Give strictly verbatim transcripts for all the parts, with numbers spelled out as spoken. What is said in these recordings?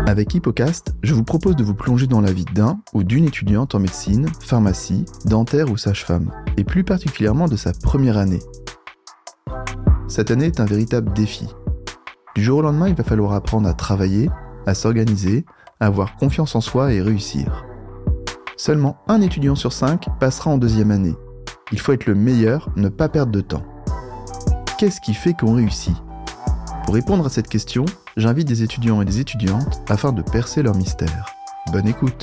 Avec Hippocast, je vous propose de vous plonger dans la vie d'un ou d'une étudiante en médecine, pharmacie, dentaire ou sage-femme, et plus particulièrement de sa première année. Cette année est un véritable défi. Du jour au lendemain, il va falloir apprendre à travailler, à s'organiser, à avoir confiance en soi et réussir. Seulement un étudiant sur cinq passera en deuxième année. Il faut être le meilleur, ne pas perdre de temps. Qu'est-ce qui fait qu'on réussit ? Pour répondre à cette question, j'invite des étudiants et des étudiantes afin de percer leur mystère. Bonne écoute.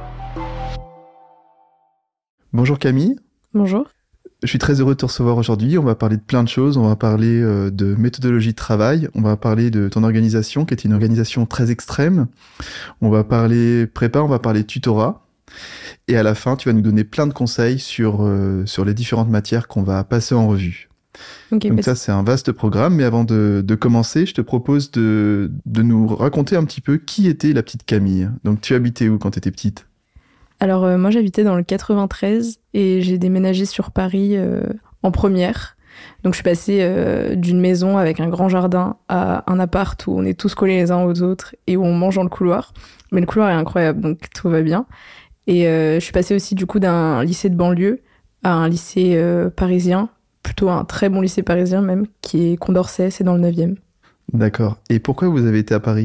Bonjour Camille. Bonjour. Je suis très heureux de te recevoir aujourd'hui. On va parler de plein de choses. On va parler euh, de méthodologie de travail. On va parler de ton organisation, qui est une organisation très extrême. On va parler prépa, on va parler tutorat. Et à la fin, tu vas nous donner plein de conseils sur, euh, sur les différentes matières qu'on va passer en revue. Okay, Donc ça, c'est un vaste programme. Mais avant de, de commencer, je te propose de, de nous raconter un petit peu qui était la petite Camille. Donc tu habitais où quand tu étais petite ? Alors euh, moi, j'habitais dans le quatre-vingt-treize et j'ai déménagé sur Paris euh, en première. Donc je suis passée euh, d'une maison avec un grand jardin à un appart où on est tous collés les uns aux autres et où on mange dans le couloir. Mais le couloir est incroyable, donc tout va bien. Et euh, je suis passée aussi du coup d'un lycée de banlieue à un lycée euh, parisien, plutôt un très bon lycée parisien même, qui est Condorcet, c'est dans le neuvième. D'accord. Et pourquoi vous avez été à Paris ?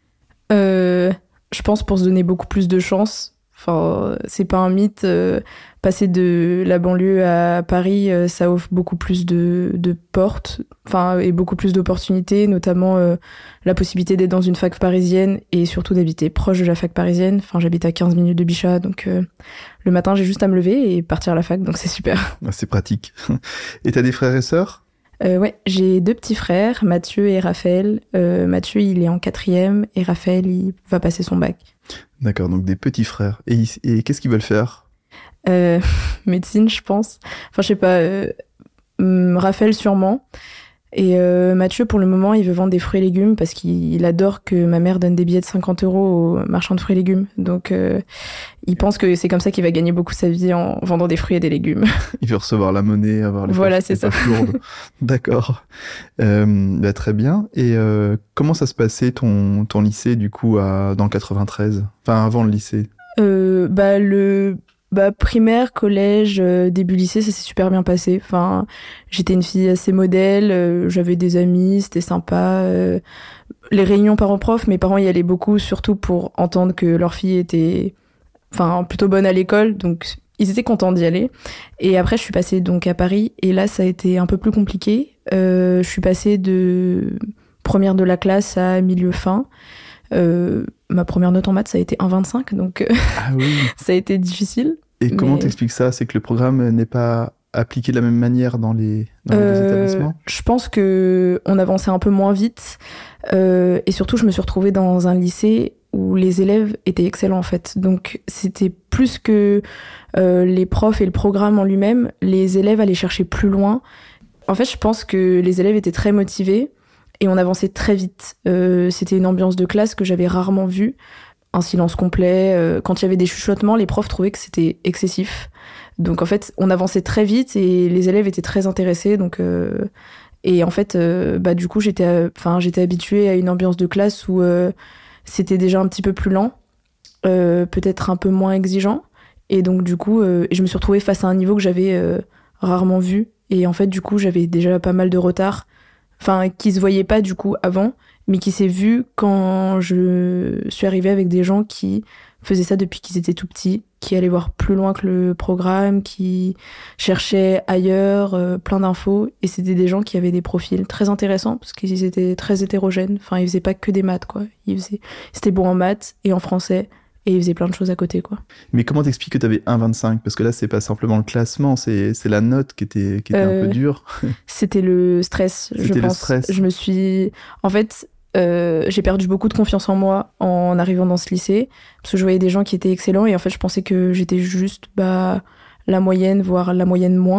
euh, Je pense pour se donner beaucoup plus de chance. Enfin, c'est pas un mythe. Euh, passer de la banlieue à Paris, euh, ça offre beaucoup plus de, de portes, enfin, et beaucoup plus d'opportunités, notamment euh, la possibilité d'être dans une fac parisienne et surtout d'habiter proche de la fac parisienne. Enfin, j'habite à quinze minutes de Bichat, donc euh, le matin, j'ai juste à me lever et partir à la fac, donc c'est super. C'est pratique. Et t'as des frères et sœurs ? Euh, ouais, j'ai deux petits frères, Mathieu et Raphaël. Euh, Mathieu, il est en quatrième et Raphaël, il va passer son bac. D'accord, donc des petits frères. Et, et qu'est-ce qu'ils veulent faire ? euh, Médecine, je pense. Enfin, je sais pas. Euh, Raphaël, sûrement. Et euh, Mathieu, pour le moment, il veut vendre des fruits et légumes parce qu'il adore que ma mère donne des billets de cinquante euros aux marchands de fruits et légumes. Donc, euh, il pense que c'est comme ça qu'il va gagner beaucoup sa vie en vendant des fruits et des légumes. Il veut recevoir la monnaie, avoir les voilà, poches, c'est les ça. poches lourdes. D'accord. Euh, bah, très bien. Et euh, comment ça se passait ton, ton lycée, du coup, à, dans le quatre-vingt-treize ? Enfin, avant le lycée. euh, Bah, le... Bah, primaire, collège, euh, début lycée, ça s'est super bien passé. Enfin, j'étais une fille assez modèle, euh, j'avais des amis, c'était sympa. Euh, les réunions parents-prof, mes parents y allaient beaucoup, surtout pour entendre que leur fille était, enfin, plutôt bonne à l'école, donc ils étaient contents d'y aller. Et après, je suis passée donc à Paris, et là, ça a été un peu plus compliqué. Euh, je suis passée de première de la classe à milieu fin. Euh, ma première note en maths, ça a été un virgule vingt-cinq, donc euh, ah oui. ça a été difficile. Et mais... comment t'expliques ça ? C'est que le programme n'est pas appliqué de la même manière dans les, dans euh, les établissements ? Je pense que on avançait un peu moins vite, euh, et surtout, je me suis retrouvée dans un lycée où les élèves étaient excellents en fait. Donc c'était plus que euh, les profs et le programme en lui-même, les élèves allaient chercher plus loin. En fait, je pense que les élèves étaient très motivés. Et on avançait très vite. Euh, c'était une ambiance de classe que j'avais rarement vue. Un silence complet. Euh, quand il y avait des chuchotements, les profs trouvaient que c'était excessif. Donc en fait, on avançait très vite et les élèves étaient très intéressés. Donc, euh, et en fait, euh, bah, du coup, j'étais, enfin, j'étais habituée à une ambiance de classe où euh, c'était déjà un petit peu plus lent, euh, peut-être un peu moins exigeant. Et donc du coup, euh, je me suis retrouvée face à un niveau que j'avais euh, rarement vu. Et en fait, du coup, j'avais déjà pas mal de retard. Enfin, qui se voyait pas du coup avant, mais qui s'est vu quand je suis arrivée avec des gens qui faisaient ça depuis qu'ils étaient tout petits, qui allaient voir plus loin que le programme, qui cherchaient ailleurs euh, plein d'infos, et c'était des gens qui avaient des profils très intéressants parce qu'ils étaient très hétérogènes. Enfin, ils faisaient pas que des maths, quoi. Ils faisaient, c'était bon en maths et en français. Et il faisait plein de choses à côté, quoi. Mais comment t'expliques que t'avais un virgule vingt-cinq ? Parce que là, c'est pas simplement le classement, c'est, c'est la note qui était, qui était euh, un peu dure. C'était le stress, c'était je le pense. Stress. Je me suis... En fait, euh, j'ai perdu beaucoup de confiance en moi en arrivant dans ce lycée, parce que je voyais des gens qui étaient excellents, et en fait, je pensais que j'étais juste bah, la moyenne, voire la moyenne moins.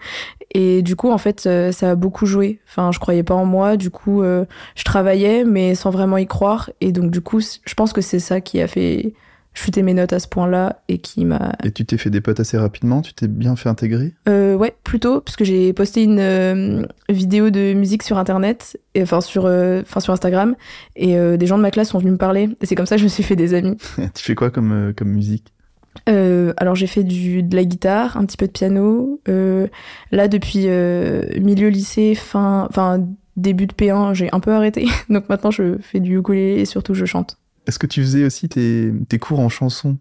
Et du coup, en fait, euh, ça a beaucoup joué. Enfin, je croyais pas en moi, du coup, euh, je travaillais, mais sans vraiment y croire. Et donc, du coup, je pense que c'est ça qui a fait... chuté mes notes à ce point-là et qui m'a... Et tu t'es fait des potes assez rapidement? Tu t'es bien fait intégrer? euh, Ouais, plutôt, parce que j'ai posté une euh, vidéo de musique sur Internet, et, enfin, sur, euh, enfin sur Instagram, et euh, des gens de ma classe sont venus me parler, et c'est comme ça que je me suis fait des amis. Tu fais quoi comme, euh, comme musique? Euh, alors j'ai fait du, de la guitare, un petit peu de piano. Euh, là depuis euh, milieu lycée, fin, enfin début de P un, j'ai un peu arrêté. Donc maintenant je fais du ukulélé et surtout je chante. Est-ce que tu faisais aussi tes, tes cours en chanson?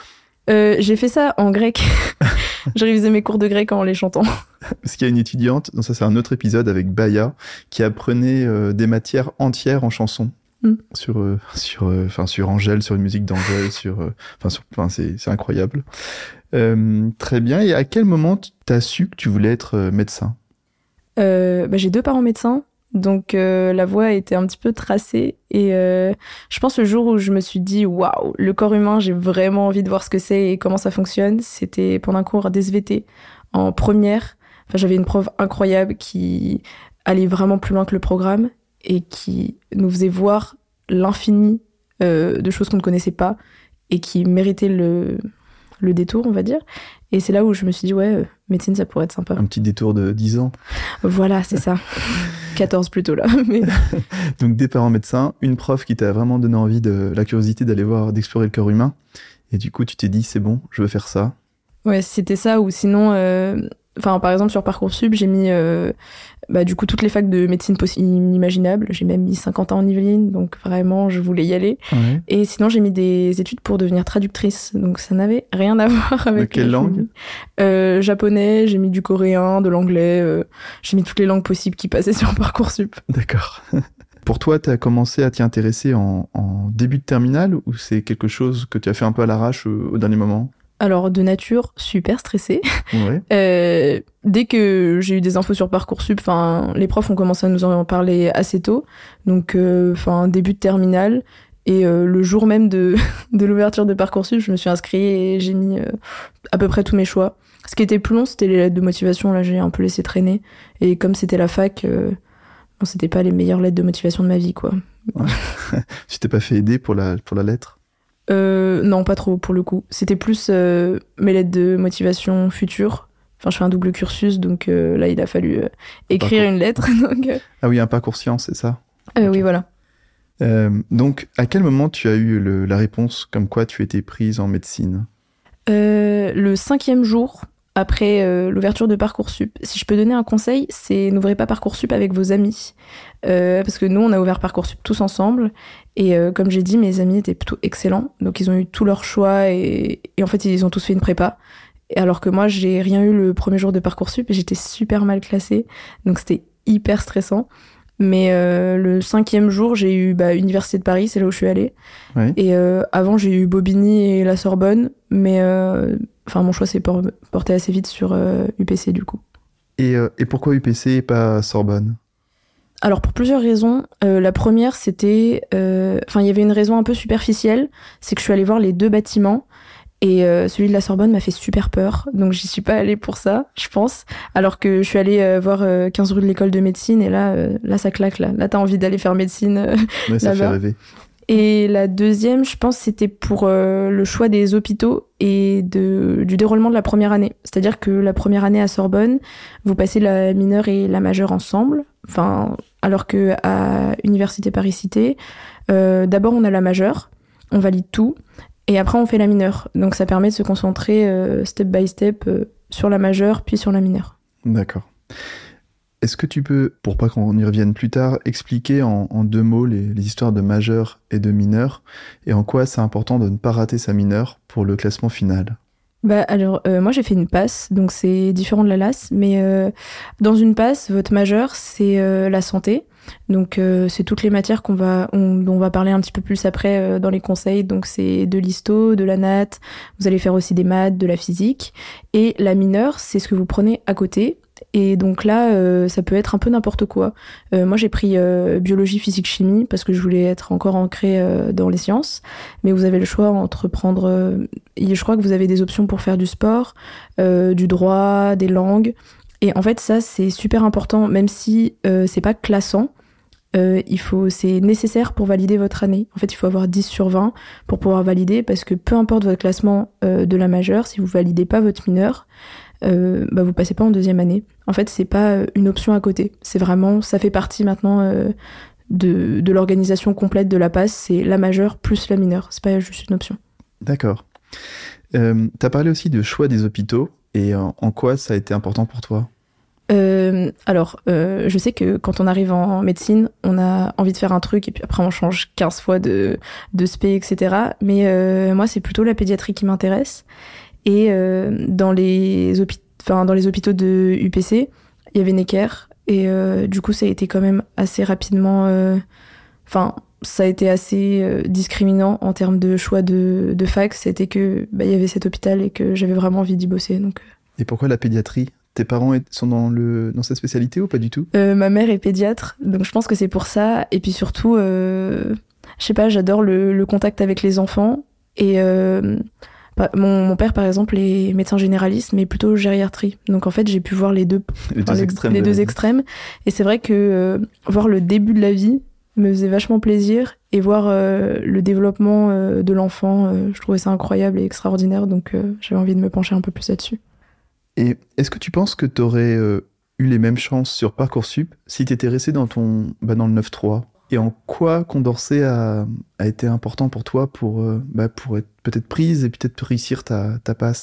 euh, J'ai fait ça en grec. Je révisais mes cours de grec en les chantant. Parce qu'il y a une étudiante, non, ça c'est un autre épisode avec Baya, qui apprenait euh, des matières entières en chanson. Mm. Sur, euh, sur, euh, sur Angèle, sur une musique d'Angèle, sur, euh, sur, c'est, c'est incroyable. Euh, très bien. Et à quel moment tu as su que tu voulais être euh, médecin? euh, bah, J'ai deux parents médecins, donc euh, la voie était un petit peu tracée. Et euh, je pense le jour où je me suis dit, waouh, le corps humain, j'ai vraiment envie de voir ce que c'est et comment ça fonctionne, c'était pendant un cours d'S V T en première. Enfin, j'avais une prof incroyable qui allait vraiment plus loin que le programme et qui nous faisait voir l'infini euh, de choses qu'on ne connaissait pas et qui méritait le, le détour, on va dire. Et c'est là où je me suis dit, ouais, euh, médecine, ça pourrait être sympa. Un petit détour de dix ans. Voilà, c'est ça. quatorze plutôt, là. Mais... Donc, des parents médecins, une prof qui t'a vraiment donné envie, de la curiosité d'aller voir, d'explorer le corps humain. Et du coup, tu t'es dit, c'est bon, je veux faire ça. Ouais, c'était ça, ou sinon... Euh... Enfin, par exemple, sur Parcoursup, j'ai mis euh, bah, du coup toutes les facs de médecine possibles imaginables. J'ai même mis Saint-Quentin en Yvelines, donc vraiment, je voulais y aller. Ouais. Et sinon, j'ai mis des études pour devenir traductrice, donc ça n'avait rien à voir avec... De quelle langue? euh, Japonais, j'ai mis du coréen, de l'anglais, euh, j'ai mis toutes les langues possibles qui passaient sur Parcoursup. D'accord. Pour toi, tu as commencé à t'y intéresser en, en début de terminale, ou c'est quelque chose que tu as fait un peu à l'arrache au, au dernier moment? Alors, de nature super stressée. Ouais. Euh, dès que j'ai eu des infos sur Parcoursup, enfin, les profs ont commencé à nous en parler assez tôt. Donc, enfin, euh, début de terminale. Et euh, le jour même de, de l'ouverture de Parcoursup, je me suis inscrite et j'ai mis euh, à peu près tous mes choix. Ce qui était plus long, c'était les lettres de motivation. Là, j'ai un peu laissé traîner. Et comme c'était la fac, euh, bon, c'était pas les meilleures lettres de motivation de ma vie, quoi. Ouais. Tu t'es pas fait aider pour la, pour la lettre? Euh, non, pas trop pour le coup. C'était plus euh, mes lettres de motivation futures. Enfin, je fais un double cursus, donc euh, là, il a fallu euh, écrire une lettre. Donc, euh... Ah oui, un parcours science, c'est ça? euh, okay. Oui, voilà. Euh, donc, à quel moment tu as eu le, la réponse comme quoi tu étais prise en médecine? euh, Le cinquième jour après euh, l'ouverture de Parcoursup. Si je peux donner un conseil, c'est n'ouvrez pas Parcoursup avec vos amis. Euh, parce que nous, on a ouvert Parcoursup tous ensemble. Et euh, comme j'ai dit, mes amis étaient plutôt excellents. Donc, ils ont eu tout leur choix. Et, et en fait, ils ont tous fait une prépa. Et alors que moi, j'ai rien eu le premier jour de Parcoursup. Et j'étais super mal classée. Donc, c'était hyper stressant. Mais euh, le cinquième jour, j'ai eu bah, Université de Paris. C'est là où je suis allée. Ouais. Et euh, avant, j'ai eu Bobigny et la Sorbonne. Mais euh, enfin, mon choix s'est por- porté assez vite sur euh, U P C, du coup. Et, euh, et pourquoi U P C et pas Sorbonne? Alors, pour plusieurs raisons. Euh, la première, c'était... Enfin, euh, il y avait une raison un peu superficielle. C'est que je suis allée voir les deux bâtiments. Et euh, celui de la Sorbonne m'a fait super peur. Donc, j'y suis pas allée pour ça, je pense. Alors que je suis allée euh, voir euh, quinze rue de l'école de médecine. Et là, euh, là ça claque. Là, là t'as envie d'aller faire médecine euh, ouais, ça là-bas. fait rêver. Et la deuxième, je pense, c'était pour euh, le choix des hôpitaux et de, du déroulement de la première année. C'est-à-dire que la première année à Sorbonne, vous passez la mineure et la majeure ensemble. Enfin, alors que à Université Paris-Cité, euh, d'abord on a la majeure, on valide tout, et après on fait la mineure. Donc ça permet de se concentrer euh, step by step euh, sur la majeure, puis sur la mineure. D'accord. Est-ce que tu peux, pour pas qu'on y revienne plus tard, expliquer en, en deux mots les, les histoires de majeur et de mineur, et en quoi c'est important de ne pas rater sa mineure pour le classement final? Bah alors, euh, moi j'ai fait une passe, donc c'est différent de la L A S, mais euh, dans une passe, votre majeur, c'est euh, la santé. Donc euh, c'est toutes les matières qu'on va, on, dont on va parler un petit peu plus après euh, dans les conseils. Donc c'est de l'histo, de la nat, vous allez faire aussi des maths, de la physique. Et la mineure, c'est ce que vous prenez à côté. Et donc là, euh, ça peut être un peu n'importe quoi. Euh, moi, j'ai pris euh, biologie, physique, chimie parce que je voulais être encore ancrée euh, dans les sciences. Mais vous avez le choix entre prendre... Euh, je crois que vous avez des options pour faire du sport, euh, du droit, des langues. Et en fait, ça, c'est super important, même si euh, c'est pas classant. euh, il faut, c'est nécessaire pour valider votre année. En fait, il faut avoir dix sur vingt pour pouvoir valider, parce que peu importe votre classement euh, de la majeure, si vous validez pas votre mineur, euh, bah vous passez pas en deuxième année. En fait, c'est pas une option à côté. C'est vraiment, ça fait partie maintenant euh, de, de l'organisation complète de la passe. C'est la majeure plus la mineure. C'est pas juste une option. D'accord. Euh, t'as parlé aussi de choix des hôpitaux, et en, en quoi ça a été important pour toi ? Euh, alors, euh, je sais que quand on arrive en médecine, on a envie de faire un truc et puis après on change quinze fois de, de spé, et cetera. Mais euh, moi, c'est plutôt la pédiatrie qui m'intéresse. Et euh, dans, les hôpi- enfin, dans les hôpitaux de U P C, il y avait Necker. Et euh, du coup, ça a été quand même assez rapidement... Enfin, euh, ça a été assez euh, discriminant en termes de choix de, de fac. C'était que bah, y avait cet hôpital et que j'avais vraiment envie d'y bosser. Donc, euh... Et pourquoi la pédiatrie ? Tes parents sont dans, le, dans cette spécialité ou pas du tout ? euh, Ma mère est pédiatre, donc je pense que c'est pour ça. Et puis surtout, euh, je sais pas, j'adore le, le contact avec les enfants. Et euh, bah, mon, mon père, par exemple, est médecin généraliste, mais plutôt gériatrie. Donc en fait, j'ai pu voir les deux, les deux les, extrêmes. Les deux extrêmes. Et c'est vrai que euh, voir le début de la vie me faisait vachement plaisir. Et voir euh, le développement euh, de l'enfant, euh, je trouvais ça incroyable et extraordinaire. Donc euh, j'avais envie de me pencher un peu plus là-dessus. Et est-ce que tu penses que tu aurais euh, eu les mêmes chances sur Parcoursup si tu étais resté dans, ton, bah, dans le neuf trois ? Et en quoi Condorcet a, a été important pour toi pour, euh, bah, pour être peut-être prise et peut-être réussir ta, ta passe ?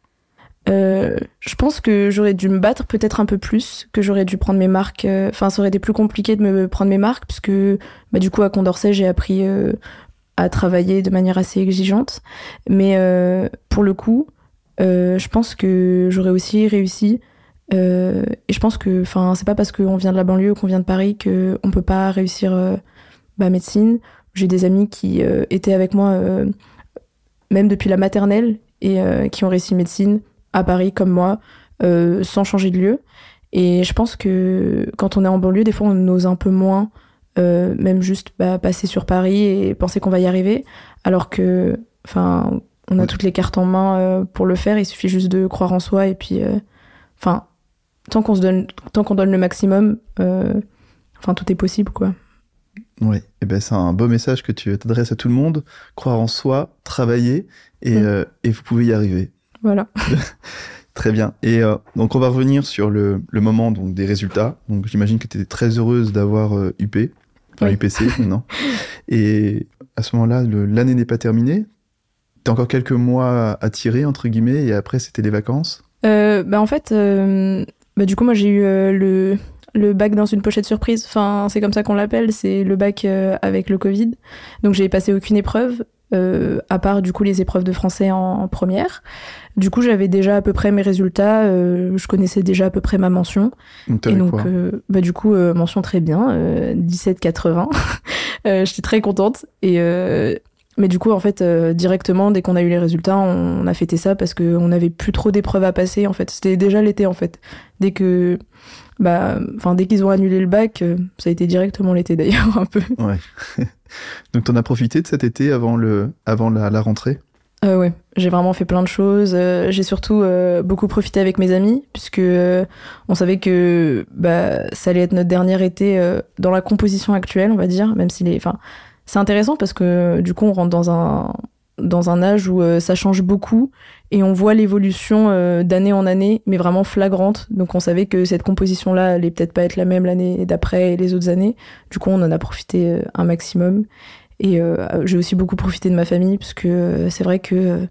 euh, Je pense que j'aurais dû me battre peut-être un peu plus, que j'aurais dû prendre mes marques. Enfin, euh, ça aurait été plus compliqué de me prendre mes marques, puisque bah, du coup, à Condorcet, j'ai appris euh, à travailler de manière assez exigeante. Mais euh, pour le coup... Euh, je pense que j'aurais aussi réussi euh, et je pense que enfin c'est pas parce qu'on vient de la banlieue ou qu'on vient de Paris qu'on peut pas réussir euh, bah, médecine. J'ai des amis qui euh, étaient avec moi euh, même depuis la maternelle et euh, qui ont réussi médecine à Paris comme moi euh, sans changer de lieu, et je pense que quand on est en banlieue, des fois on ose un peu moins euh, même juste bah, passer sur Paris et penser qu'on va y arriver, alors que enfin on a toutes les cartes en main euh, pour le faire. Il suffit juste de croire en soi et puis, enfin, euh, tant qu'on se donne, tant qu'on donne le maximum, enfin, euh, tout est possible, quoi. Oui, et ben c'est un beau message que tu t'adresses à tout le monde. Croire en soi, travailler, et, mmh. euh, et vous pouvez y arriver. Voilà. Très bien. Et euh, donc on va revenir sur le, le moment donc des résultats. Donc j'imagine que tu étais très heureuse d'avoir euh, U P, enfin oui. U P C maintenant. Et à ce moment-là, le, l'année n'est pas terminée. T'as encore quelques mois à tirer, entre guillemets, et après, c'était les vacances ? euh, bah En fait, euh, bah du coup, moi, j'ai eu euh, le, le bac dans une pochette surprise. Enfin, c'est comme ça qu'on l'appelle. C'est le bac euh, avec le Covid. Donc, j'ai passé aucune épreuve, euh, à part, du coup, les épreuves de français en, en première. Du coup, j'avais déjà à peu près mes résultats. Euh, je connaissais déjà à peu près ma mention. Donc, et donc, euh, bah, du coup, euh, mention très bien, euh, dix-sept quatre-vingts. euh, j'étais très contente. Et... Euh, Mais du coup, en fait, euh, directement, dès qu'on a eu les résultats, on a fêté ça parce qu'on n'avait plus trop d'épreuves à passer, en fait. C'était déjà l'été, en fait. Dès que, bah, enfin, dès qu'ils ont annulé le bac, euh, ça a été directement l'été, d'ailleurs, un peu. Ouais. Donc, t'en as profité de cet été avant, le, avant la, la rentrée ? Euh, ouais, j'ai vraiment fait plein de choses. Euh, j'ai surtout euh, beaucoup profité avec mes amis, puisque euh, on savait que bah, ça allait être notre dernier été euh, dans la composition actuelle, on va dire, même si les... Enfin, c'est intéressant parce que du coup on rentre dans un, dans un âge où euh, ça change beaucoup et on voit l'évolution euh, d'année en année, mais vraiment flagrante. Donc on savait que cette composition-là allait peut-être pas être la même l'année d'après et les autres années. Du coup on en a profité euh, un maximum. Et euh, j'ai aussi beaucoup profité de ma famille parce que euh, c'est vrai que euh,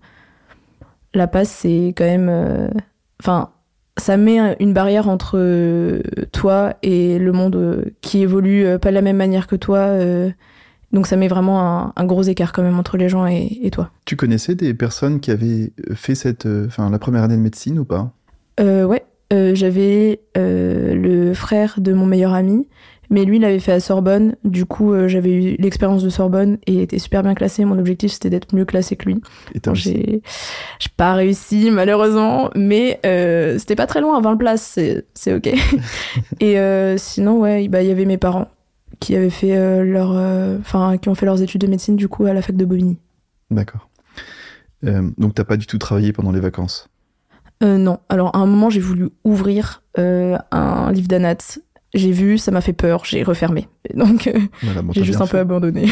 la passe c'est quand même... Enfin... Euh, ça met une barrière entre euh, toi et le monde euh, qui évolue euh, pas de la même manière que toi. Euh, Donc ça met vraiment un, un gros écart quand même entre les gens et, et toi. Tu connaissais des personnes qui avaient fait cette, enfin, la première année de médecine ou pas ? euh, Ouais, euh, j'avais euh, le frère de mon meilleur ami, mais lui il avait fait à Sorbonne. Du coup euh, j'avais eu l'expérience de Sorbonne et était super bien classé. Mon objectif c'était d'être mieux classé que lui. Et t'as réussi ? J'ai, j'ai pas réussi malheureusement, mais euh, c'était pas très loin, à vingt places, c'est, c'est ok. Et euh, sinon ouais, bah il y avait mes parents qui avaient fait euh, leur, enfin, euh, qui ont fait leurs études de médecine du coup à la fac de Bobigny. D'accord. Euh, donc t'as pas du tout travaillé pendant les vacances ? euh, Non. Alors à un moment j'ai voulu ouvrir euh, un livre d'anat j'ai vu, ça m'a fait peur, j'ai refermé. Donc, euh, voilà, bon, j'ai juste un fait. peu abandonné.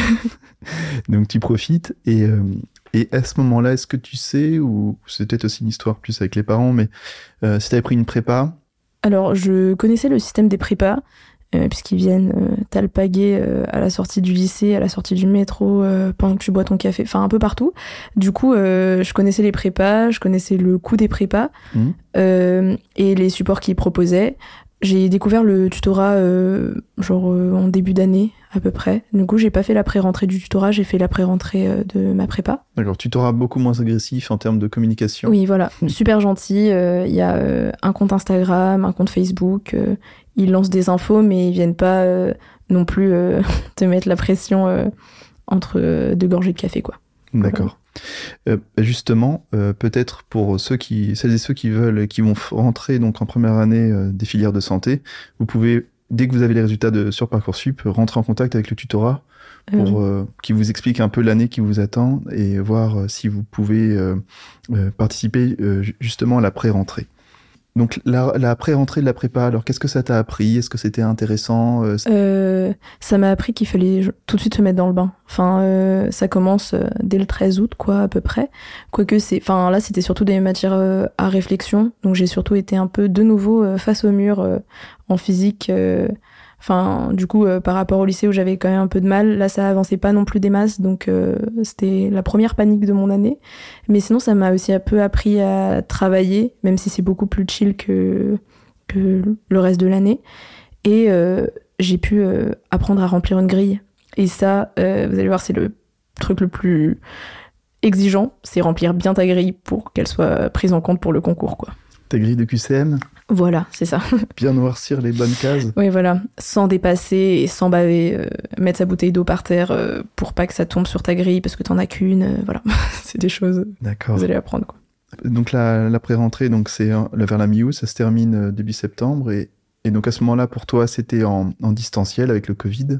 Donc, tu profites. Et, euh, et à ce moment-là, est-ce que tu sais, ou c'est peut-être aussi une histoire plus avec les parents, mais euh, si tu avais pris une prépa? Alors, je connaissais le système des prépas, euh, puisqu'ils viennent euh, t'alpaguer euh, à la sortie du lycée, à la sortie du métro, euh, pendant que tu bois ton café, enfin un peu partout. Du coup, euh, je connaissais les prépas, je connaissais le coût des prépas Mmh. euh, et les supports qu'ils proposaient. J'ai découvert le tutorat euh, genre euh, en début d'année à peu près. Du coup, j'ai pas fait la pré-rentrée du tutorat, j'ai fait la pré-rentrée euh, de ma prépa. D'accord, tu t'auras beaucoup moins agressif en termes de communication. Oui, voilà, super gentil. Il euh, y a euh, un compte Instagram, un compte Facebook. Euh, ils lancent des infos, mais ils viennent pas euh, non plus euh, te mettre la pression euh, entre euh, deux gorgées de café, quoi. D'accord. Euh, justement, euh, peut-être pour ceux qui, celles et ceux qui veulent, qui vont rentrer donc en première année euh, des filières de santé, vous pouvez, dès que vous avez les résultats de, sur Parcoursup, rentrer en contact avec le tutorat pour euh, qui vous explique un peu l'année qui vous attend et voir euh, si vous pouvez euh, euh, participer euh, justement à la pré-rentrée. Donc la, la pré-rentrée de la prépa, alors qu'est-ce que ça t'a appris? Est-ce que c'était intéressant? euh, euh, Ça m'a appris qu'il fallait tout de suite se mettre dans le bain. Enfin, euh, ça commence euh, dès le treize août, quoi, à peu près. Quoique c'est, enfin là, c'était surtout des matières euh, à réflexion. Donc j'ai surtout été un peu de nouveau euh, face au mur euh, en physique. Euh, Enfin, du coup, euh, par rapport au lycée où j'avais quand même un peu de mal, là, ça avançait pas non plus des masses, donc euh, c'était la première panique de mon année. Mais sinon, ça m'a aussi un peu appris à travailler, même si c'est beaucoup plus chill que, que le reste de l'année. Et euh, j'ai pu euh, apprendre à remplir une grille. Et ça, euh, vous allez voir, c'est le truc le plus exigeant, c'est remplir bien ta grille pour qu'elle soit prise en compte pour le concours, quoi. Ta grille de Q C M? Voilà, c'est ça. Bien noircir les bonnes cases? Oui, voilà. Sans dépasser et sans baver, euh, mettre sa bouteille d'eau par terre euh, pour pas que ça tombe sur ta grille parce que t'en as qu'une. Euh, voilà, c'est des choses D'accord. que vous allez apprendre, quoi. Donc la, la pré-rentrée, donc c'est euh, vers la mi-août, ça se termine euh, début septembre. Et, et donc à ce moment-là, pour toi, c'était en, en distanciel avec le Covid.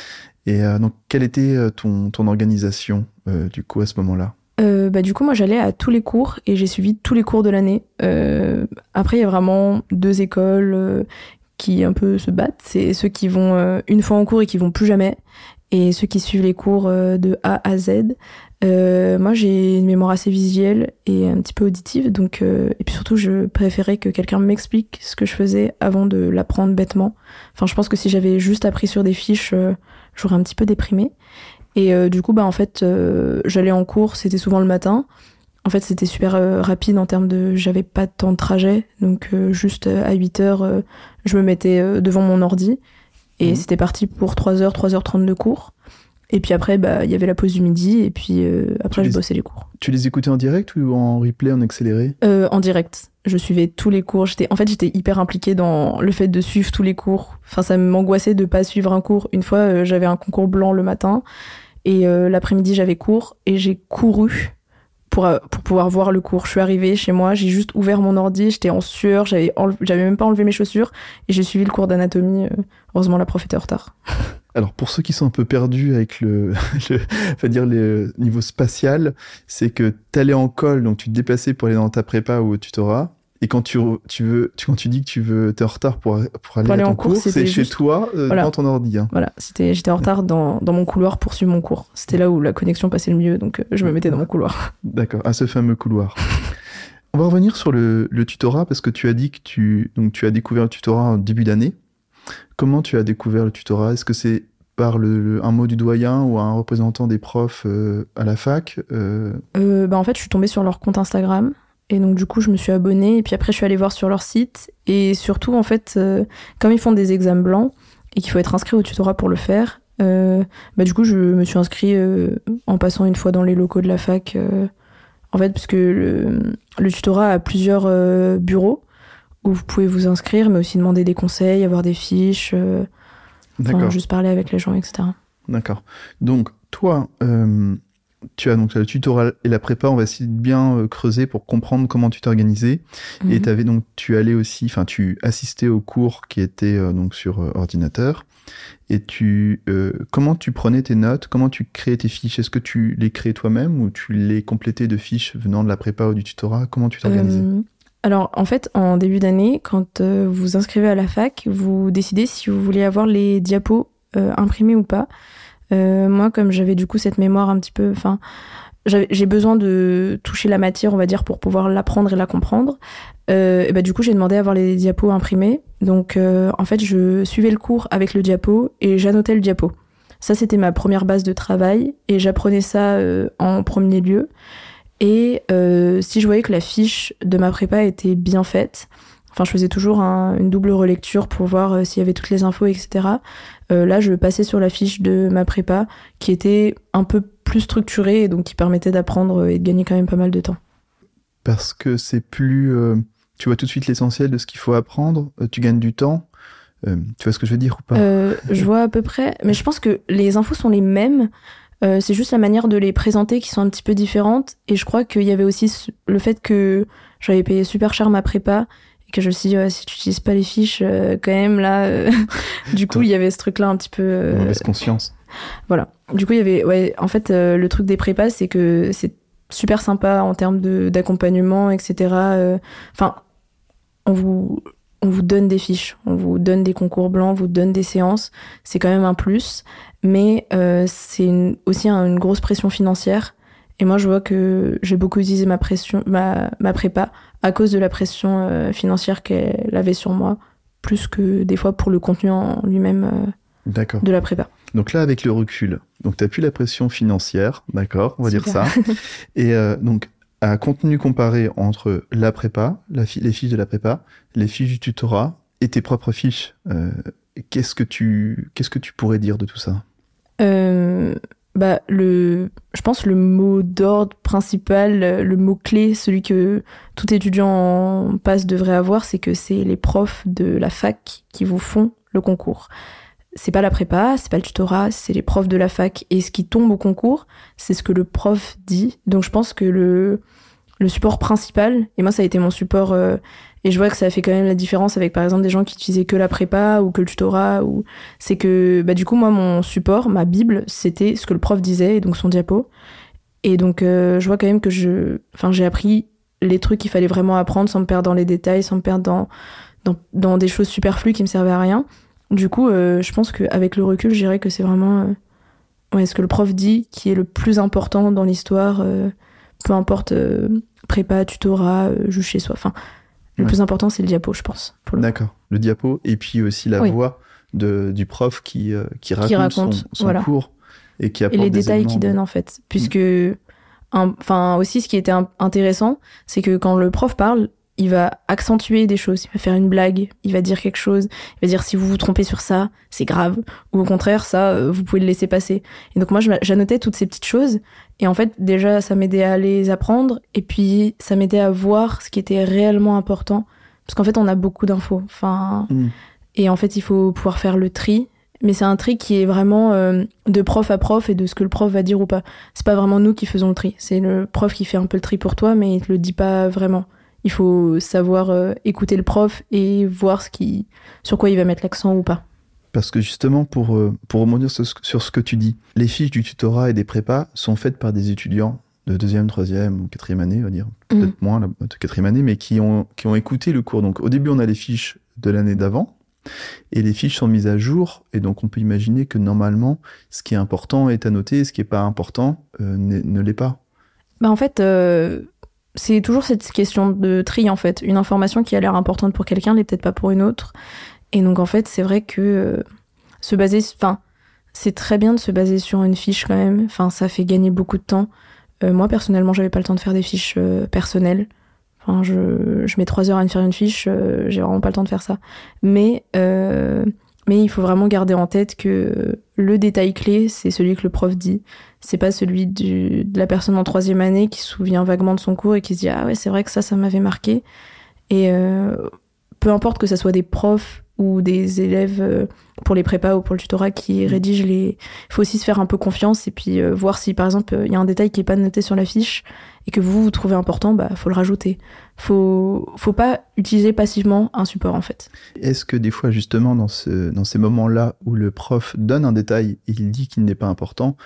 Et euh, donc, quelle était euh, ton, ton organisation, euh, du coup, à ce moment-là? Euh, bah, du coup, moi, j'allais à tous les cours et j'ai suivi tous les cours de l'année. Euh, après, il y a vraiment deux écoles euh, qui un peu se battent. C'est ceux qui vont euh, une fois en cours et qui vont plus jamais, et ceux qui suivent les cours euh, de A à Z. Euh, moi, j'ai une mémoire assez visuelle et un petit peu auditive, donc euh, et puis surtout, je préférais que quelqu'un m'explique ce que je faisais avant de l'apprendre bêtement. Enfin, je pense que si j'avais juste appris sur des fiches, euh, j'aurais un petit peu déprimé. Et euh, du coup, bah en fait, euh, j'allais en cours, c'était souvent le matin. En fait, c'était super euh, rapide en termes de... J'avais pas de temps de trajet, donc euh, juste euh, à huit heures, euh, je me mettais euh, devant mon ordi. Et mmh. c'était parti pour trois heures, trois heures trente de cours. Et puis après, bah, il y avait la pause du midi, et puis euh, après, tu je les... bossais les cours. Tu les écoutais en direct ou en replay, en accéléré? euh, En direct. Je suivais tous les cours. J'étais... En fait, j'étais hyper impliquée dans le fait de suivre tous les cours. Enfin, ça m'angoissait de pas suivre un cours. Une fois, euh, j'avais un concours blanc le matin, et euh, l'après-midi, j'avais cours, et j'ai couru pour, euh, pour pouvoir voir le cours. Je suis arrivée chez moi, j'ai juste ouvert mon ordi, j'étais en sueur, j'avais, enle... j'avais même pas enlevé mes chaussures, et j'ai suivi le cours d'anatomie. Euh, heureusement, la prof était en retard. Alors, pour ceux qui sont un peu perdus avec le, le enfin dire le niveau spatial, c'est que t'allais en col, donc tu te déplaçais pour aller dans ta prépa ou au tutorat. Et quand tu, tu veux, tu, quand tu dis que tu veux, t'es en retard pour, pour aller, pour aller à ton en cours, cours c'est chez juste... toi, euh, voilà. Dans ton ordi. Hein. Voilà, c'était, j'étais en retard dans, dans mon couloir pour suivre mon cours. C'était là où la connexion passait le mieux, donc euh, je me mettais dans mon couloir. D'accord, à ce fameux couloir. On va revenir sur le, le tutorat, parce que tu as dit que tu, donc tu as découvert le tutorat en début d'année. Comment tu as découvert le tutorat? Est-ce que c'est par le, le, un mot du doyen ou un représentant des profs euh, à la fac euh... Euh, bah, en fait, je suis tombée sur leur compte Instagram. Et donc, du coup, je me suis abonnée. Et puis après, je suis allée voir sur leur site. Et surtout, en fait, euh, comme ils font des examens blancs et qu'il faut être inscrit au tutorat pour le faire, euh, bah, du coup, je me suis inscrite euh, en passant une fois dans les locaux de la fac. Euh, en fait, parce que le, le tutorat a plusieurs euh, bureaux où vous pouvez vous inscrire, mais aussi demander des conseils, avoir des fiches, euh, enfin, juste parler avec les gens, et cetera. D'accord. Donc, toi... Euh... Tu as donc le tutorat et la prépa, on va essayer de bien euh, creuser pour comprendre comment tu t'es organisé. Mmh. Et t'avais donc, tu allais aussi, enfin, tu assistais aux cours qui étaient euh, donc sur euh, ordinateur. Et tu, euh, comment tu prenais tes notes? Comment tu créais tes fiches? Est-ce que tu les créais toi-même ou tu les complétais de fiches venant de la prépa ou du tutorat? Comment tu t'organisais? euh, Alors, en fait, en début d'année, quand euh, vous vous inscrivez à la fac, vous décidez si vous voulez avoir les diapos euh, imprimés ou pas. Euh, moi, comme j'avais du coup cette mémoire un petit peu... Enfin, j'ai besoin de toucher la matière, on va dire, pour pouvoir l'apprendre et la comprendre. Euh, et bah, du coup, j'ai demandé à avoir les diapos imprimés. Donc, euh, en fait, je suivais le cours avec le diapo et j'annotais le diapo. Ça, c'était ma première base de travail et j'apprenais ça euh, en premier lieu. Et euh, si je voyais que la fiche de ma prépa était bien faite, enfin je faisais toujours un, une double relecture pour voir euh, s'il y avait toutes les infos, et cetera. Euh, là, je passais sur la fiche de ma prépa qui était un peu plus structurée et donc qui permettait d'apprendre et de gagner quand même pas mal de temps. Parce que c'est plus... Euh, tu vois tout de suite l'essentiel de ce qu'il faut apprendre, euh, tu gagnes du temps. Euh, tu vois ce que je veux dire ou pas? euh, Je vois à peu près, mais je pense que les infos sont les mêmes. Euh, c'est juste la manière de les présenter qui sont un petit peu différentes. Et je crois qu'il y avait aussi le fait que j'avais payé super cher ma prépa et que je me suis dit, ouais, si tu n'utilises pas les fiches, euh, quand même, là... Euh... du coup, il y avait ce truc-là un petit peu... Euh... Mauvaise conscience. Voilà. Du coup, il y avait... Ouais, en fait, euh, le truc des prépas, c'est que c'est super sympa en termes de, d'accompagnement, et cetera. Enfin, euh... on vous... on vous donne des fiches, on vous donne des concours blancs, on vous donne des séances. C'est quand même un plus. Mais euh, c'est une, aussi un, une grosse pression financière. Et moi, je vois que j'ai beaucoup utilisé ma, pression, ma, ma prépa à cause de la pression euh, financière qu'elle avait sur moi, plus que des fois pour le contenu en lui-même euh, d'accord. de la prépa. Donc là, avec le recul, donc tu n'as plus la pression financière, d'accord, on va Super. dire ça. Et euh, donc, à contenu comparé entre la prépa, la fi- les fiches de la prépa, les fiches du tutorat et tes propres fiches, euh, qu'est-ce que tu, qu'est-ce que tu pourrais dire de tout ça ? Euh, bah, le, je pense le mot d'ordre principal, le mot clé, celui que tout étudiant en passe devrait avoir, c'est que c'est les profs de la fac qui vous font le concours. C'est pas la prépa, c'est pas le tutorat, c'est les profs de la fac. Et ce qui tombe au concours, c'est ce que le prof dit. Donc je pense que le, le support principal, et moi ça a été mon support... Euh, Et je vois que ça fait quand même la différence avec, par exemple, des gens qui utilisaient que la prépa ou que le tutorat. Ou... C'est que, bah, du coup, moi, mon support, ma Bible, c'était ce que le prof disait, et donc son diapo. Et donc, euh, je vois quand même que je... Enfin, j'ai appris les trucs qu'il fallait vraiment apprendre sans me perdre dans les détails, sans me perdre dans, dans, dans des choses superflues qui me servaient à rien. Du coup, euh, je pense qu'avec le recul, je dirais que c'est vraiment euh, ouais, ce que le prof dit qui est le plus important dans l'histoire. Euh, peu importe euh, prépa, tutorat, euh, juge chez soi. Enfin... Le ouais. plus important, c'est le diapo, je pense. Le D'accord. Le diapo, et puis aussi la oui. voix de, du prof qui, euh, qui, raconte, qui raconte son, son voilà. cours et qui apporte et les des détails qu'il de... donne, en fait. Puisque, enfin, aussi, ce qui était un, intéressant, c'est que quand le prof parle, il va accentuer des choses. Il va faire une blague, il va dire quelque chose, il va dire si vous vous trompez sur ça, c'est grave. Ou au contraire, ça, vous pouvez le laisser passer. Et donc moi, j'annotais toutes ces petites choses. Et en fait, déjà, ça m'aidait à les apprendre. Et puis, ça m'aidait à voir ce qui était réellement important. Parce qu'en fait, on a beaucoup d'infos. Enfin, mmh. Et en fait, il faut pouvoir faire le tri. Mais c'est un tri qui est vraiment euh, de prof à prof et de ce que le prof va dire ou pas. C'est pas vraiment nous qui faisons le tri. C'est le prof qui fait un peu le tri pour toi, mais il te le dit pas vraiment. Il faut savoir euh, écouter le prof et voir ce qui, sur quoi il va mettre l'accent ou pas. Parce que justement, pour, euh, pour rebondir sur, sur ce que tu dis, les fiches du tutorat et des prépas sont faites par des étudiants de deuxième, troisième ou quatrième année, on va dire, peut-être mmh. moins de quatrième année, mais qui ont, qui ont écouté le cours. Donc au début, on a les fiches de l'année d'avant, et les fiches sont mises à jour, et donc on peut imaginer que normalement, ce qui est important est annoté, et ce qui n'est pas important euh, ne l'est pas. Bah en fait... Euh... C'est toujours cette question de tri, en fait. Une information qui a l'air importante pour quelqu'un n'est peut-être pas pour une autre. Et donc, en fait, c'est vrai que euh, se baser... Enfin, c'est très bien de se baser sur une fiche, quand même. Enfin, ça fait gagner beaucoup de temps. Euh, moi, personnellement, j'avais pas le temps de faire des fiches euh, personnelles. Enfin, je, je mets trois heures à me faire une fiche. Euh, j'ai vraiment pas le temps de faire ça. Mais, euh, mais il faut vraiment garder en tête que le détail clé, c'est celui que le prof dit. C'est pas celui du, de la personne en troisième année qui se souvient vaguement de son cours et qui se dit « Ah ouais, c'est vrai que ça, ça m'avait marqué ». Et euh, peu importe que ça soit des profs ou des élèves euh, pour les prépas ou pour le tutorat qui rédigent les... Il faut aussi se faire un peu confiance et puis euh, voir si, par exemple, il y a un détail qui est pas noté sur la fiche et que vous, vous trouvez important, bah faut le rajouter. Faut, faut pas utiliser passivement un support, en fait. Est-ce que des fois, justement, dans, ce, dans ces moments-là où le prof donne un détail et il dit qu'il n'est pas important,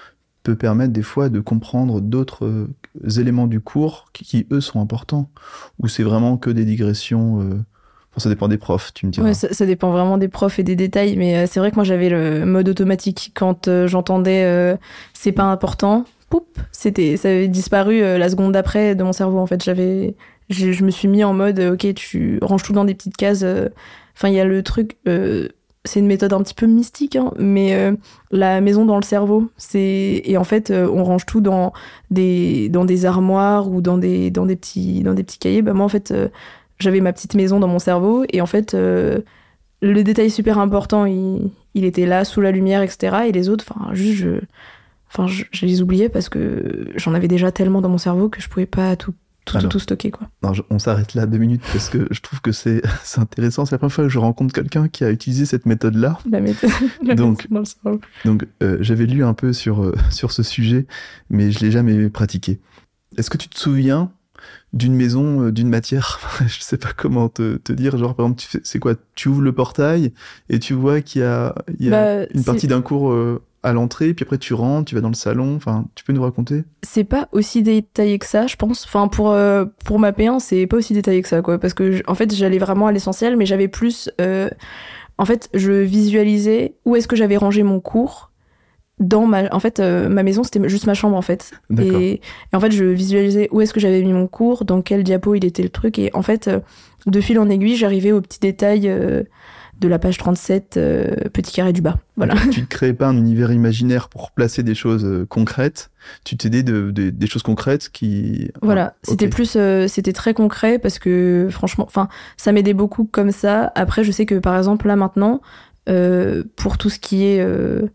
peut permettre des fois de comprendre d'autres euh, éléments du cours qui, qui, eux, sont importants. Ou c'est vraiment que des digressions euh... enfin, ça dépend des profs, tu me diras. Ouais, ça, ça dépend vraiment des profs et des détails, mais euh, c'est vrai que moi, j'avais le mode automatique. Quand euh, j'entendais euh, « c'est pas important », poup, c'était, ça avait disparu euh, la seconde d'après de mon cerveau. En fait, j'avais, je, je me suis mis en mode euh, « ok, tu ranges tout dans des petites cases euh... ». Enfin, il y a le truc... Euh, c'est une méthode un petit peu mystique, hein, mais euh, la maison dans le cerveau, c'est et en fait euh, on range tout dans des dans des armoires ou dans des dans des petits dans des petits cahiers. Bah moi en fait euh, j'avais ma petite maison dans mon cerveau et en fait euh, le détail super important il, il était là sous la lumière, et cetera. Et les autres, enfin juste je enfin je, je les oubliais parce que j'en avais déjà tellement dans mon cerveau que je pouvais pas tout Tout, Alors, tout, tout stocker, quoi. Non, je, on s'arrête là deux minutes parce que je trouve que c'est, c'est intéressant. C'est la première fois que je rencontre quelqu'un qui a utilisé cette méthode-là. La méthode. La donc, méthode dans le cerveau. donc euh, j'avais lu un peu sur, euh, sur ce sujet, mais je l'ai jamais pratiqué. Est-ce que tu te souviens d'une maison, euh, d'une matière? Je sais pas comment te, te dire. Genre, par exemple, tu fais, c'est quoi? Tu ouvres le portail et tu vois qu'il y a, il y a bah, une c'est... partie d'un cours euh, à l'entrée, puis après tu rentres, tu vas dans le salon. Enfin, tu peux nous raconter? C'est pas aussi détaillé que ça, je pense. Enfin, pour, euh, pour ma P un, c'est pas aussi détaillé que ça, quoi. Parce que, en fait, j'allais vraiment à l'essentiel, mais j'avais plus... Euh... En fait, je visualisais où est-ce que j'avais rangé mon cours dans ma... En fait, euh, ma maison, c'était juste ma chambre, en fait. Et... et en fait, je visualisais où est-ce que j'avais mis mon cours, dans quel diapo il était le truc. Et en fait, euh, de fil en aiguille, j'arrivais aux petits détails... Euh... de la page trente-sept, euh, petit carré du bas. Voilà. Okay. Tu ne créais pas un univers imaginaire pour placer des choses euh, concrètes, tu t'aidais de, de, des choses concrètes qui... Voilà, ah, c'était okay. plus... Euh, c'était très concret parce que, franchement, enfin, ça m'aidait beaucoup comme ça. Après, je sais que, par exemple, là, maintenant, euh, pour tout ce qui est...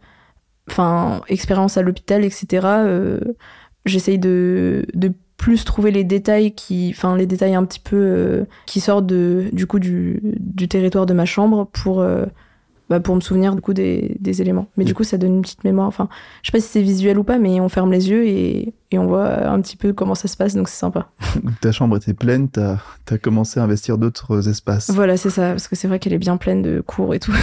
Enfin, euh, expérience à l'hôpital, et cetera, euh, j'essaye de... de plus trouver les détails qui, enfin les détails un petit peu euh, qui sortent de, du coup du, du territoire de ma chambre pour, euh, bah, pour me souvenir du coup des, des éléments. Mais mmh. du coup ça donne une petite mémoire. Enfin, je sais pas si c'est visuel ou pas, mais on ferme les yeux et, et on voit un petit peu comment ça se passe, donc c'est sympa. Ta chambre était pleine, t'as, t'as commencé à investir d'autres espaces. Voilà, c'est ça, parce que c'est vrai qu'elle est bien pleine de cours et tout.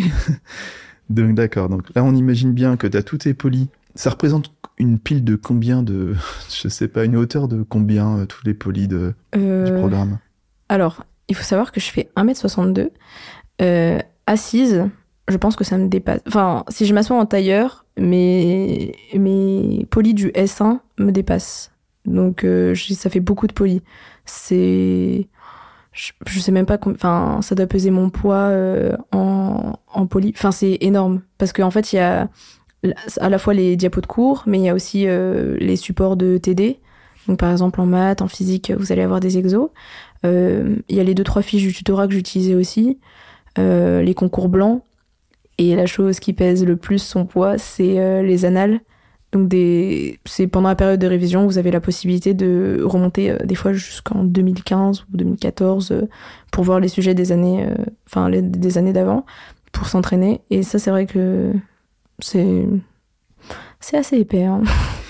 donc d'accord, donc là on imagine bien que t'as tout est poli. Ça représente une pile de combien de... Je sais pas, une hauteur de combien, euh, tous les polis de, euh, du programme? Alors, il faut savoir que je fais un mètre soixante-deux. Euh, assise, je pense que ça me dépasse. Enfin, si je m'assois en tailleur, mes, mes polis du S un me dépassent. Donc, euh, ça fait beaucoup de polis. C'est... Je, je sais même pas... Com... Enfin, ça doit peser mon poids euh, en, en polis. Enfin, c'est énorme. Parce qu'en fait, il y a... à la fois les diapos de cours, mais il y a aussi euh, les supports de T D. Donc par exemple en maths, en physique, vous allez avoir des exos. Euh, il y a les deux trois fiches du tutorat que j'utilisais aussi, euh, les concours blancs. Et la chose qui pèse le plus son poids, c'est euh, les annales. Donc des, c'est pendant la période de révision, vous avez la possibilité de remonter euh, des fois jusqu'en deux mille quinze ou deux mille quatorze euh, pour voir les sujets des années, enfin euh, des années d'avant, pour s'entraîner. Et ça, c'est vrai que C'est... c'est assez épais. Hein.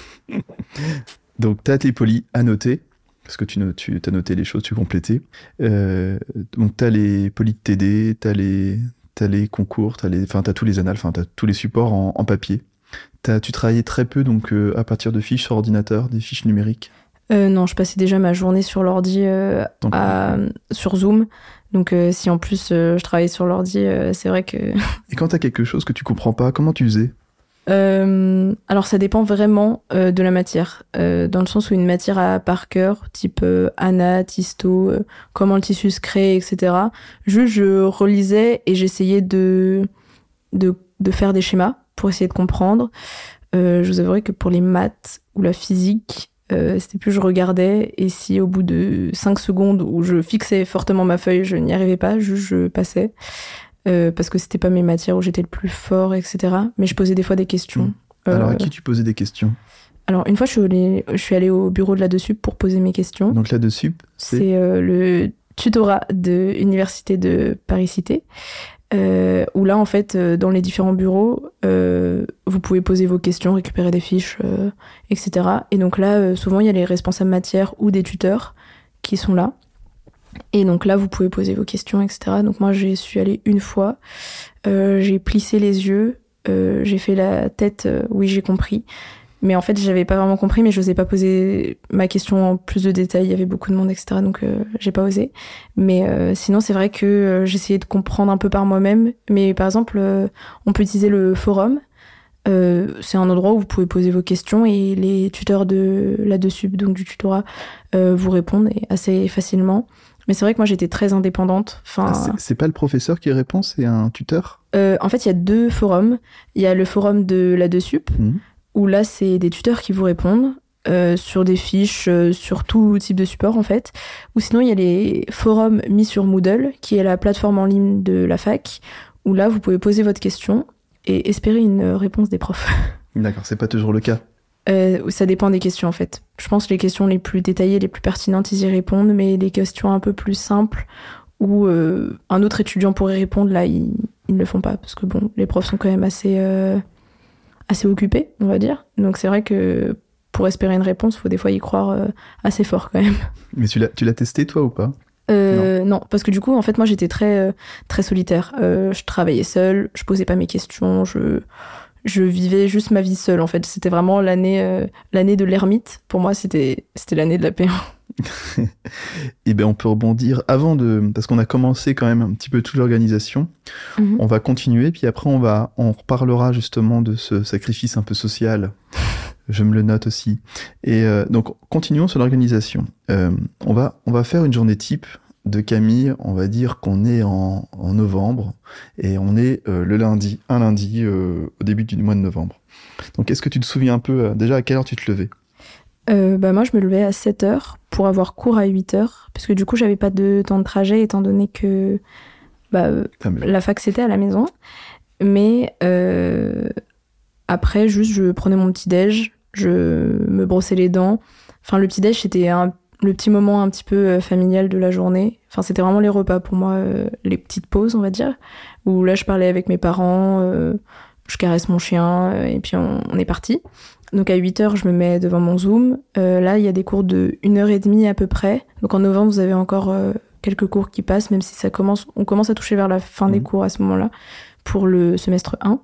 Donc, tu as tes polis à noter, parce que tu, no- tu as noté les choses, tu complétais. Euh, donc, tu as les polis de T D, tu as les, t'as les concours, tu as les... enfin, tous les annales, tu as tous les supports en, en papier. T'as, tu travaillais très peu donc, euh, à partir de fiches sur ordinateur, des fiches numériques? euh, Non, je passais déjà ma journée sur l'ordi, euh, donc, à... ouais. sur Zoom. Donc euh, si en plus euh, je travaillais sur l'ordi, euh, c'est vrai que... Et quand t'as quelque chose que tu comprends pas, comment tu faisais? euh, Alors ça dépend vraiment euh, de la matière. Euh, dans le sens où une matière à par cœur, type euh, anat, histo, euh, comment le tissu se crée, et cetera. Juste je relisais et j'essayais de, de, de faire des schémas pour essayer de comprendre. Euh, je vous avouerai que pour les maths ou la physique... Euh, c'était plus je regardais et si au bout de cinq secondes où je fixais fortement ma feuille, je n'y arrivais pas, juste je passais euh, parce que c'était pas mes matières où j'étais le plus fort, et cetera. Mais je posais des fois des questions. Mmh. Alors euh... à qui tu posais des questions? Alors une fois je suis allée, je suis allée au bureau de la Dessup pour poser mes questions. Donc la Dessup, c'est, c'est euh, le tutorat de l'université de Paris-Cité. Euh, où là, en fait, euh, dans les différents bureaux, euh, vous pouvez poser vos questions, récupérer des fiches, euh, et cetera. Et donc là, euh, souvent, il y a les responsables matière ou des tuteurs qui sont là. Et donc là, vous pouvez poser vos questions, et cetera. Donc moi, j'y suis allée une fois. Euh, j'ai plissé les yeux. Euh, j'ai fait la tête, euh, oui, j'ai compris. Mais en fait, j'avais pas vraiment compris, mais je n'osais pas poser ma question en plus de détails. Il y avait beaucoup de monde, et cetera. Donc, euh, j'ai pas osé. Mais euh, sinon, c'est vrai que euh, j'essayais de comprendre un peu par moi-même. Mais par exemple, euh, on peut utiliser le forum. Euh, c'est un endroit où vous pouvez poser vos questions et les tuteurs de là-dessus, donc du tutorat, euh, vous répondent assez facilement. Mais c'est vrai que moi, j'étais très indépendante. Enfin, ah, c'est, c'est pas le professeur qui répond, c'est un tuteur ? euh, En fait, il y a deux forums. Il y a le forum de là-dessus, mmh. où là, c'est des tuteurs qui vous répondent euh, sur des fiches, euh, sur tout type de support, en fait. Ou sinon, il y a les forums mis sur Moodle, qui est la plateforme en ligne de la fac, où là, vous pouvez poser votre question et espérer une réponse des profs. D'accord, c'est pas toujours le cas. Euh, ça dépend des questions en fait. Je pense que les questions les plus détaillées, les plus pertinentes, ils y répondent, mais les questions un peu plus simples où euh, un autre étudiant pourrait répondre, là, ils, ils ne le font pas parce que bon, les profs sont quand même assez, euh, assez occupés, on va dire. Donc c'est vrai que pour espérer une réponse, il faut des fois y croire euh, assez fort quand même. Mais tu l'as, tu l'as testé toi ou pas ? Euh, non. non, parce que du coup, en fait, moi, j'étais très, euh, très solitaire. Euh, je travaillais seule, je posais pas mes questions, je, je vivais juste ma vie seule, en fait. C'était vraiment l'année, euh, l'année de l'ermite. Pour moi, c'était, c'était l'année de la P un. Et ben, on peut rebondir avant de, parce qu'on a commencé quand même un petit peu toute l'organisation. Mm-hmm. On va continuer, puis après, on va, on reparlera justement de ce sacrifice un peu social. Je me le note aussi. Et euh, donc, continuons sur l'organisation. Euh, on va, on va faire une journée type de Camille. On va dire qu'on est en, en novembre et on est euh, le lundi, un lundi euh, au début du mois de novembre. Donc, est-ce que tu te souviens un peu euh, déjà à quelle heure tu te levais ? euh, bah moi, je me levais à sept heures pour avoir cours à huit heures parce que du coup, j'avais pas de temps de trajet étant donné que bah, ah, mais... la fac, c'était à la maison. Mais... Euh... Après, juste, je prenais mon petit-déj, je me brossais les dents. Enfin, le petit-déj, c'était un, le petit moment un petit peu euh, familial de la journée. Enfin, c'était vraiment les repas pour moi, euh, les petites pauses, on va dire, où là, je parlais avec mes parents, euh, je caresse mon chien, euh, et puis on, on est parti. Donc, à huit heures, je me mets devant mon Zoom. Euh, là, il y a des cours de une heure trente à peu près. Donc, en novembre, vous avez encore euh, quelques cours qui passent, même si ça commence, on commence à toucher vers la fin mmh. des cours à ce moment-là, pour le semestre un.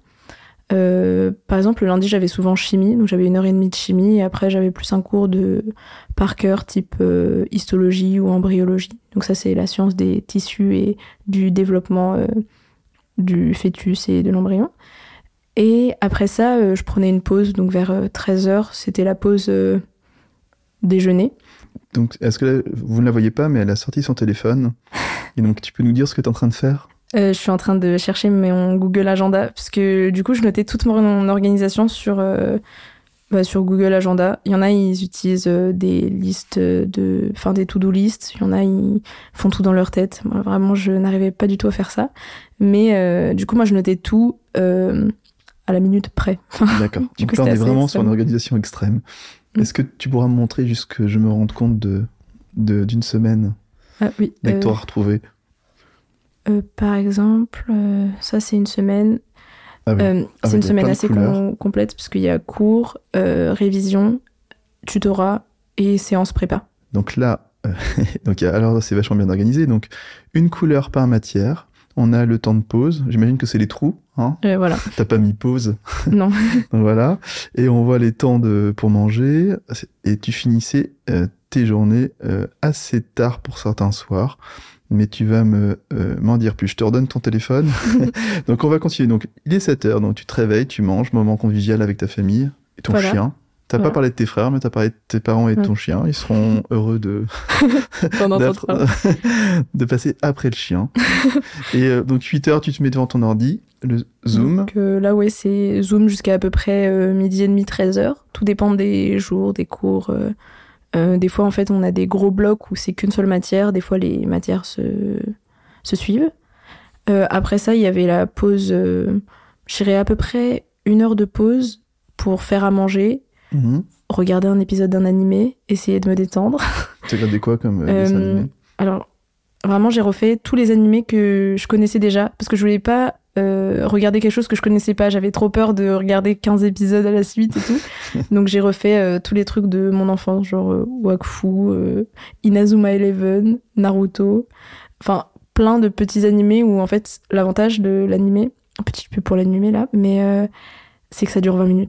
Euh, par exemple, le lundi, j'avais souvent chimie, donc j'avais une heure et demie de chimie, et après, j'avais plus un cours de par cœur, type euh, histologie ou embryologie. Donc ça, c'est la science des tissus et du développement euh, du fœtus et de l'embryon. Et après ça, euh, je prenais une pause, donc vers euh, treize heures, c'était la pause euh, déjeuner. Donc, est-ce que là, vous ne la voyez pas, mais elle a sorti son téléphone, et donc tu peux nous dire ce que tu es en train de faire ? Euh, je suis en train de chercher mon Google Agenda parce que du coup je notais toute mon organisation sur euh, bah, sur Google Agenda. Il y en a, ils utilisent euh, des listes de, enfin des to-do list. Il y en a, ils font tout dans leur tête. Moi, vraiment, je n'arrivais pas du tout à faire ça. Mais euh, du coup, moi, je notais tout euh, à la minute près. D'accord. Du coup, là, on est vraiment extrême. Sur une organisation extrême. Mmh. Est-ce que tu pourras me montrer juste que je me rende compte de, de d'une semaine ah, oui, dès que euh... tu auras retrouvé? Euh, par exemple, euh, ça c'est une semaine. Ah oui. euh, c'est ah une semaine assez com- complète parce qu'il y a cours, euh, révision, tutorat et séance prépa. Donc là, euh, donc alors c'est vachement bien organisé. Donc une couleur par matière. On a le temps de pause. J'imagine que c'est les trous. Hein euh, voilà. T'as pas mis pause. Non. Donc voilà. Et on voit les temps de pour manger. Et tu finissais euh, tes journées euh, assez tard pour certains soirs. Mais tu vas me, euh, m'en dire plus. Je te redonne ton téléphone. Donc, on va continuer. Donc, il est sept heures. Donc, tu te réveilles, tu manges, moment convivial avec ta famille et ton voilà. chien. T'as voilà. pas parlé de tes frères, mais t'as parlé de tes parents et de ouais. ton chien. Ils seront heureux de, de passer après le chien. Et euh, donc, huit heures, tu te mets devant ton ordi, le Zoom. Donc, euh, là, ouais, c'est Zoom jusqu'à à peu près euh, midi et demi, treize heures. Tout dépend des jours, des cours. Euh... Euh, des fois, en fait, on a des gros blocs où c'est qu'une seule matière. Des fois, les matières se, se suivent. Euh, après ça, il y avait la pause. Euh, je dirais à peu près une heure de pause pour faire à manger, mmh. regarder un épisode d'un animé, essayer de me détendre. Tu as regardé quoi comme euh, dessin animé ? Alors, vraiment, j'ai refait tous les animés que je connaissais déjà parce que je voulais pas euh, regarder quelque chose que je connaissais pas. J'avais trop peur de regarder quinze épisodes à la suite et tout. Donc j'ai refait euh, tous les trucs de mon enfance, genre euh, Wakfu, euh, Inazuma Eleven, Naruto. Enfin, plein de petits animés où en fait, l'avantage de l'animé, un petit peu pour l'animé là, mais euh, c'est que ça dure vingt minutes.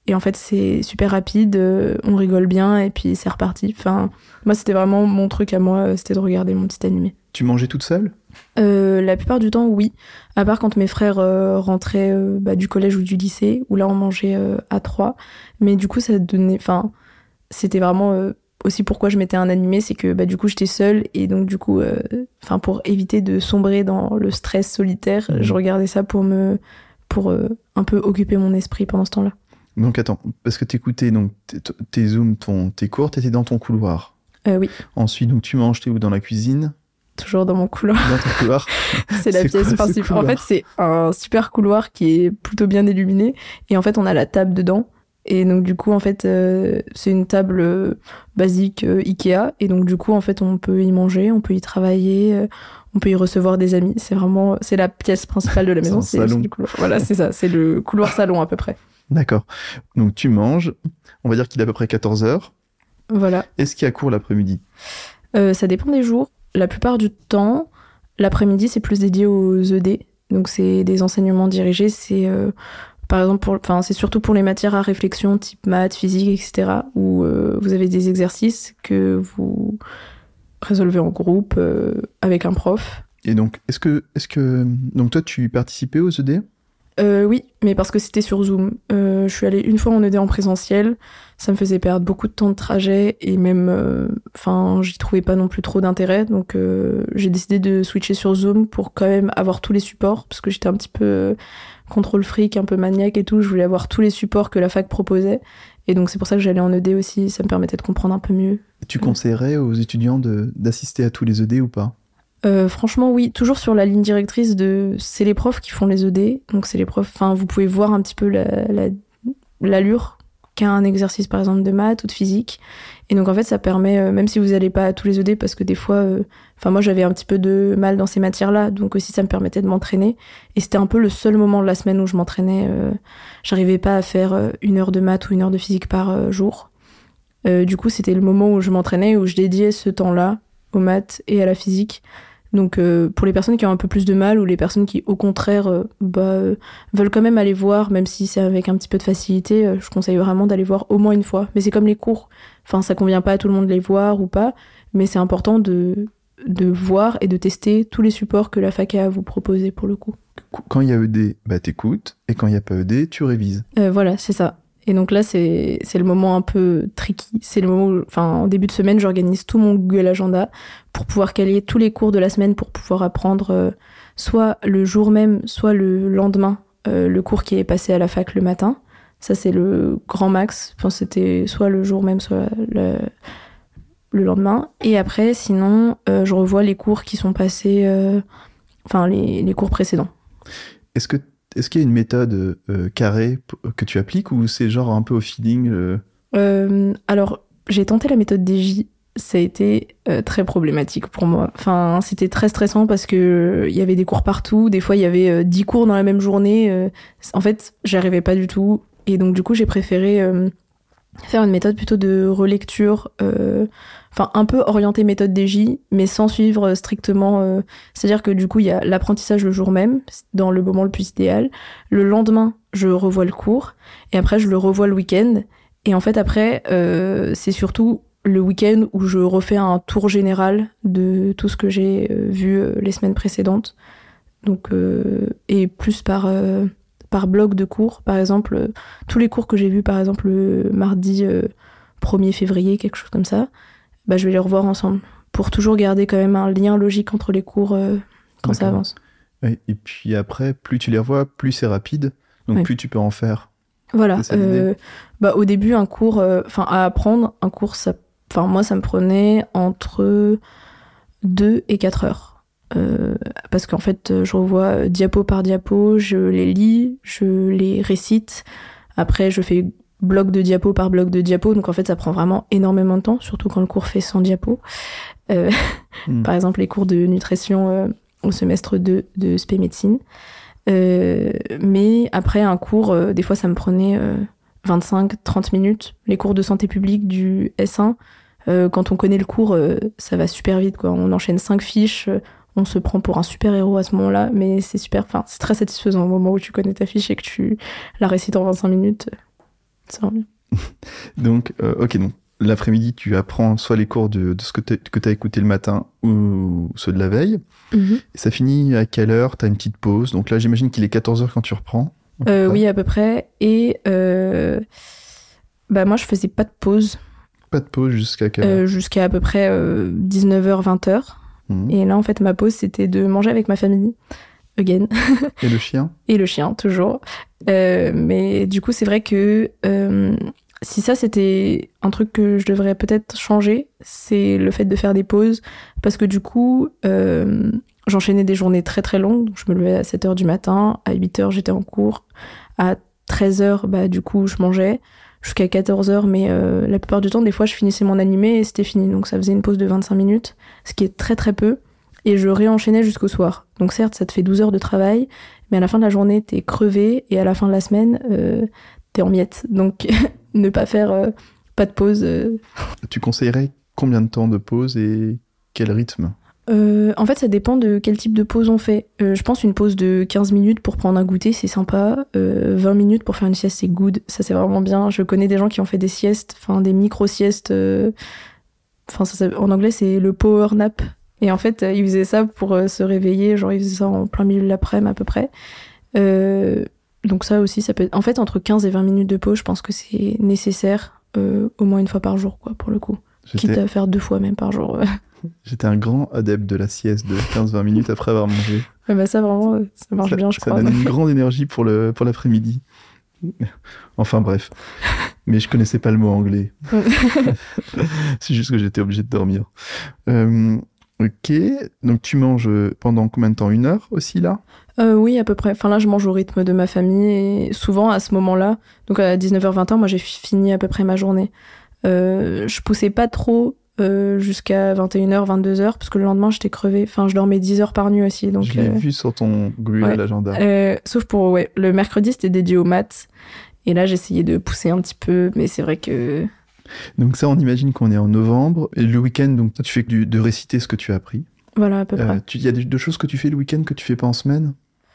et en fait c'est super rapide, euh, on rigole bien et puis c'est reparti. Enfin, moi c'était vraiment mon truc à moi, c'était de regarder mon petit animé. Tu mangeais toute seule ? Euh, la plupart du temps, oui. À part quand mes frères euh, rentraient euh, bah, du collège ou du lycée, où là on mangeait euh, à trois. Mais du coup, ça donnait. Enfin, c'était vraiment euh, aussi pourquoi je mettais un animé, c'est que bah, du coup j'étais seule et donc du coup, enfin euh, pour éviter de sombrer dans le stress solitaire, mmh. je regardais ça pour me, pour euh, un peu occuper mon esprit pendant ce temps-là. Donc attends, parce que t'écoutais donc tes zooms, ton tes cours, t'étais dans ton couloir. Euh, oui. Ensuite, donc tu manges, t'es où dans la cuisine ? Toujours dans mon couloir. Dans ton couloir. C'est la c'est pièce principale. En fait, c'est un super couloir qui est plutôt bien illuminé. Et en fait, on a la table dedans. Et donc, du coup, en fait, euh, c'est une table euh, basique euh, Ikea. Et donc, du coup, en fait, on peut y manger, on peut y travailler, euh, on peut y recevoir des amis. C'est vraiment, c'est la pièce principale de la maison. C'est, c'est, c'est le couloir. Voilà, c'est ça. C'est le couloir salon à peu près. D'accord. Donc, tu manges. On va dire qu'il est à peu près quatorze heures. Voilà. Est-ce qu'il y a cours l'après-midi ? euh, Ça dépend des jours. La plupart du temps, l'après-midi, c'est plus dédié aux E D. Donc, c'est des enseignements dirigés. C'est, euh, par exemple, pour, enfin, c'est surtout pour les matières à réflexion, type maths, physique, et cetera, où euh, vous avez des exercices que vous résolvez en groupe euh, avec un prof. Et donc, est-ce que, est-ce que, donc toi, tu participais aux E D ? Euh, oui, mais parce que c'était sur Zoom. Euh, je suis allée une fois en E D en présentiel. Ça me faisait perdre beaucoup de temps de trajet et même, enfin, euh, j'y trouvais pas non plus trop d'intérêt. Donc, euh, j'ai décidé de switcher sur Zoom pour quand même avoir tous les supports parce que j'étais un petit peu euh, contrôle fric, un peu maniaque et tout. Je voulais avoir tous les supports que la fac proposait. Et donc, c'est pour ça que j'allais en E D aussi. Ça me permettait de comprendre un peu mieux. Tu conseillerais aux étudiants de, d'assister à tous les E D ou pas ? Euh, franchement, oui, toujours sur la ligne directrice de c'est les profs qui font les E D, donc c'est les profs. Enfin, vous pouvez voir un petit peu la, la, l'allure qu'a un exercice, par exemple, de maths ou de physique. Et donc, en fait, ça permet, euh, même si vous n'allez pas à tous les E D, parce que des fois, enfin, euh, moi, j'avais un petit peu de mal dans ces matières-là, donc aussi, ça me permettait de m'entraîner. Et c'était un peu le seul moment de la semaine où je m'entraînais. Euh, j'arrivais pas à faire euh, une heure de maths ou une heure de physique par euh, jour. Euh, du coup, c'était le moment où je m'entraînais, où je dédiais ce temps-là aux maths et à la physique. Donc euh, pour les personnes qui ont un peu plus de mal ou les personnes qui au contraire euh, bah, euh, veulent quand même aller voir, même si c'est avec un petit peu de facilité, euh, je conseille vraiment d'aller voir au moins une fois. Mais c'est comme les cours, enfin ça convient pas à tout le monde de les voir ou pas, mais c'est important de, de voir et de tester tous les supports que la fac a à vous proposer pour le coup. Quand il y a E D, bah t'écoutes, et quand il n'y a pas E D, tu révises. Euh, voilà, c'est ça. Et donc là, c'est, c'est le moment un peu tricky. C'est le moment où, enfin, en début de semaine, j'organise tout mon Google Agenda pour pouvoir caler tous les cours de la semaine pour pouvoir apprendre euh, soit le jour même, soit le lendemain, euh, le cours qui est passé à la fac le matin. Ça, c'est le grand max. Enfin, c'était soit le jour même, soit le, le lendemain. Et après, sinon, euh, je revois les cours qui sont passés, euh, enfin, les, les cours précédents. Est-ce que Est-ce qu'il y a une méthode euh, carrée p- que tu appliques ou c'est genre un peu au feeling euh... Euh, Alors, j'ai tenté la méthode D J. Ça a été euh, très problématique pour moi. Enfin, c'était très stressant parce que euh, y avait des cours partout. Des fois, il y avait euh, dix cours dans la même journée. Euh, en fait, j'y arrivais pas du tout. Et donc, du coup, j'ai préféré euh, faire une méthode plutôt de relecture, euh, enfin un peu orientée méthode D J, mais sans suivre strictement. Euh, c'est-à-dire que du coup, il y a l'apprentissage le jour même, dans le moment le plus idéal. Le lendemain, je revois le cours, et après, je le revois le week-end. Et en fait, après, euh, c'est surtout le week-end où je refais un tour général de tout ce que j'ai euh, vu euh, les semaines précédentes. Donc, euh, et plus par euh, par bloc de cours. Par exemple, euh, tous les cours que j'ai vus, par exemple, le mardi euh, premier février, quelque chose comme ça, bah, je vais les revoir ensemble pour toujours garder quand même un lien logique entre les cours euh, quand D'accord. ça avance. Ouais, et puis après, plus tu les revois, plus c'est rapide, donc ouais. plus tu peux en faire. Voilà. Euh, bah, au début, un cours, enfin, euh, à apprendre, un cours, ça, enfin, moi, ça me prenait entre deux et quatre heures. Euh, parce qu'en fait, je revois diapo par diapo, je les lis, je les récite. Après, je fais bloc de diapo par bloc de diapo. Donc, en fait, ça prend vraiment énormément de temps, surtout quand le cours fait cent diapos. Euh, mmh. Par exemple, les cours de nutrition euh, au semestre deux de spé médecine. Euh, mais après un cours, euh, des fois ça me prenait euh, vingt-cinq à trente minutes. Les cours de santé publique du S un, euh, quand on connaît le cours, euh, ça va super vite, quoi. On enchaîne cinq fiches, euh, on se prend pour un super héros à ce moment-là, mais c'est super, enfin c'est très satisfaisant au moment où tu connais ta fiche et que tu la récites en vingt-cinq minutes. Ça va bien. Donc, euh, ok, donc l'après-midi, tu apprends soit les cours de, de ce que tu as écouté le matin ou ceux de la veille. Mm-hmm. Et ça finit à quelle heure? Tu as une petite pause. Donc là, j'imagine qu'il est quatorze heures quand tu reprends. Euh, oui, à peu près. Et euh, bah, moi, je faisais pas de pause. Pas de pause jusqu'à quelle heure? euh, Jusqu'à à peu près euh, dix-neuf heures, vingt heures. Mmh. Et là, en fait, ma pause, c'était de manger avec ma famille. Again. Et le chien? Et le chien, toujours. Euh, mais du coup, c'est vrai que euh, si ça, c'était un truc que je devrais peut-être changer, c'est le fait de faire des pauses. Parce que du coup, euh, j'enchaînais des journées très très longues. Donc, je me levais à sept heures du matin. À huit heures, j'étais en cours. À treize heures, bah, du coup, je mangeais. Jusqu'à quatorze heures, mais euh, la plupart du temps, des fois, je finissais mon animé et c'était fini. Donc, ça faisait une pause de vingt-cinq minutes, ce qui est très très peu. Et je réenchaînais jusqu'au soir. Donc certes, ça te fait douze heures de travail, mais à la fin de la journée, t'es crevé, et à la fin de la semaine, euh, t'es en miettes. Donc ne pas faire euh, pas de pause. Euh... Tu conseillerais combien de temps de pause et quel rythme? euh, En fait, ça dépend de quel type de pause on fait. Euh, je pense une pause de quinze minutes pour prendre un goûter, c'est sympa. Euh, vingt minutes pour faire une sieste, c'est good. Ça, c'est vraiment bien. Je connais des gens qui ont fait des siestes, enfin des micro-siestes. Enfin, euh... en anglais, c'est le power nap. Et en fait, ils faisaient ça pour euh, se réveiller, genre ils faisaient ça en plein milieu de l'après-midi à peu près. Euh, donc ça aussi, ça peut être... En fait, entre quinze et vingt minutes de pause, je pense que c'est nécessaire, euh, au moins une fois par jour, quoi, pour le coup. J'étais... Quitte à faire deux fois même par jour. J'étais un grand adepte de la sieste de quinze à vingt minutes après avoir mangé. Ouais, bah ça, vraiment, ça marche ça, bien, je ça crois. Ça donne une grande énergie pour, le, pour l'après-midi. Enfin bref. Mais je connaissais pas le mot anglais. C'est juste que j'étais obligé de dormir. Euh... Ok, donc tu manges pendant combien de temps? Une heure aussi là? euh, Oui, à peu près. Enfin là, je mange au rythme de ma famille et souvent à ce moment-là, donc à dix-neuf heures vingt, moi j'ai fini à peu près ma journée. Euh, je poussais pas trop euh, jusqu'à vingt et une heures, vingt-deux heures parce que le lendemain j'étais crevée. Enfin, je dormais dix heures par nuit aussi. Donc, je l'ai euh... vu sur ton Google ouais. Agenda. Euh, sauf pour, ouais, le mercredi c'était dédié aux maths et là j'essayais de pousser un petit peu, mais c'est vrai que... Donc ça, on imagine qu'on est en novembre. Et le week-end, donc tu fais que du, de réciter ce que tu as appris. Voilà, à peu près. Il euh, y a deux choses que tu fais le week-end que tu fais pas en semaine?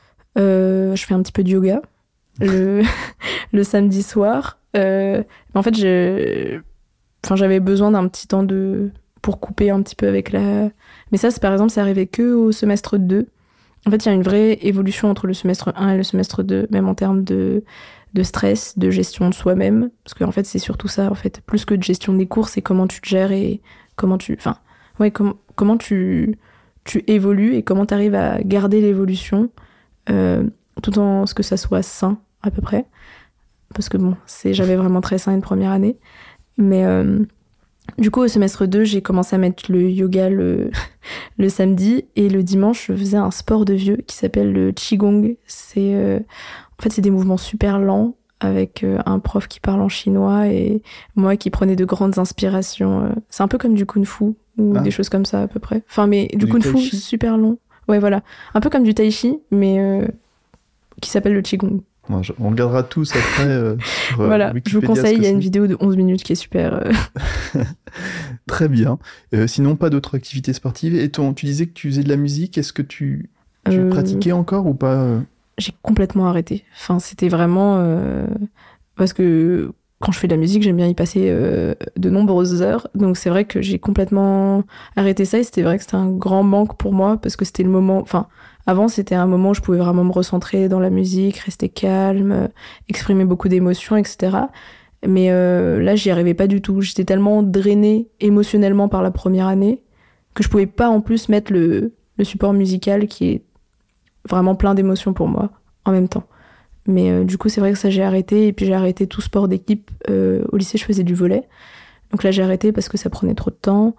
euh, Je fais un petit peu de yoga le, le samedi soir. Euh, mais en fait, je... enfin, j'avais besoin d'un petit temps de... pour couper un petit peu avec la... Mais ça, c'est, par exemple, c'est arrivé que au semestre deux. En fait, il y a une vraie évolution entre le semestre un et le semestre deux, même en termes de... de stress, de gestion de soi-même, parce qu'en fait c'est surtout ça, en fait, plus que de gestion des cours, c'est comment tu te gères et comment tu, enfin, ouais, com- comment tu tu évolues et comment tu arrives à garder l'évolution, euh, tout en ce que ça soit sain à peu près, parce que bon, c'est j'avais vraiment très sain une première année, mais euh, du coup au semestre deux j'ai commencé à mettre le yoga le le samedi et le dimanche je faisais un sport de vieux qui s'appelle le qigong. C'est euh, En fait, c'est des mouvements super lents avec euh, un prof qui parle en chinois et moi qui prenais de grandes inspirations. Euh, c'est un peu comme du kung-fu ou ah. des choses comme ça à peu près. Enfin, mais du, du kung-fu super long. Ouais, voilà. Un peu comme du tai chi, mais euh, qui s'appelle le qigong. Bon, je, on regardera tous après. Euh, sur, euh, voilà, Wikipédia, je vous conseille, il y a c'est. une vidéo de onze minutes qui est super. Euh... Très bien. Euh, sinon, pas d'autres activités sportives. Et ton, tu disais que tu faisais de la musique. Est-ce que tu, tu euh... pratiquais encore ou pas euh... J'ai complètement arrêté. Enfin, c'était vraiment... Euh... Parce que quand je fais de la musique, j'aime bien y passer euh, de nombreuses heures. Donc c'est vrai que j'ai complètement arrêté ça. Et c'était vrai que c'était un grand manque pour moi parce que c'était le moment... Enfin, avant, c'était un moment où je pouvais vraiment me recentrer dans la musique, rester calme, euh, exprimer beaucoup d'émotions, et cetera. Mais euh, là, j'y arrivais pas du tout. J'étais tellement drainée émotionnellement par la première année que je pouvais pas en plus mettre le, le support musical qui est vraiment plein d'émotions pour moi en même temps. Mais euh, du coup, c'est vrai que ça, j'ai arrêté. Et puis, j'ai arrêté tout sport d'équipe. Euh, au lycée, je faisais du volley. Donc là, j'ai arrêté parce que ça prenait trop de temps.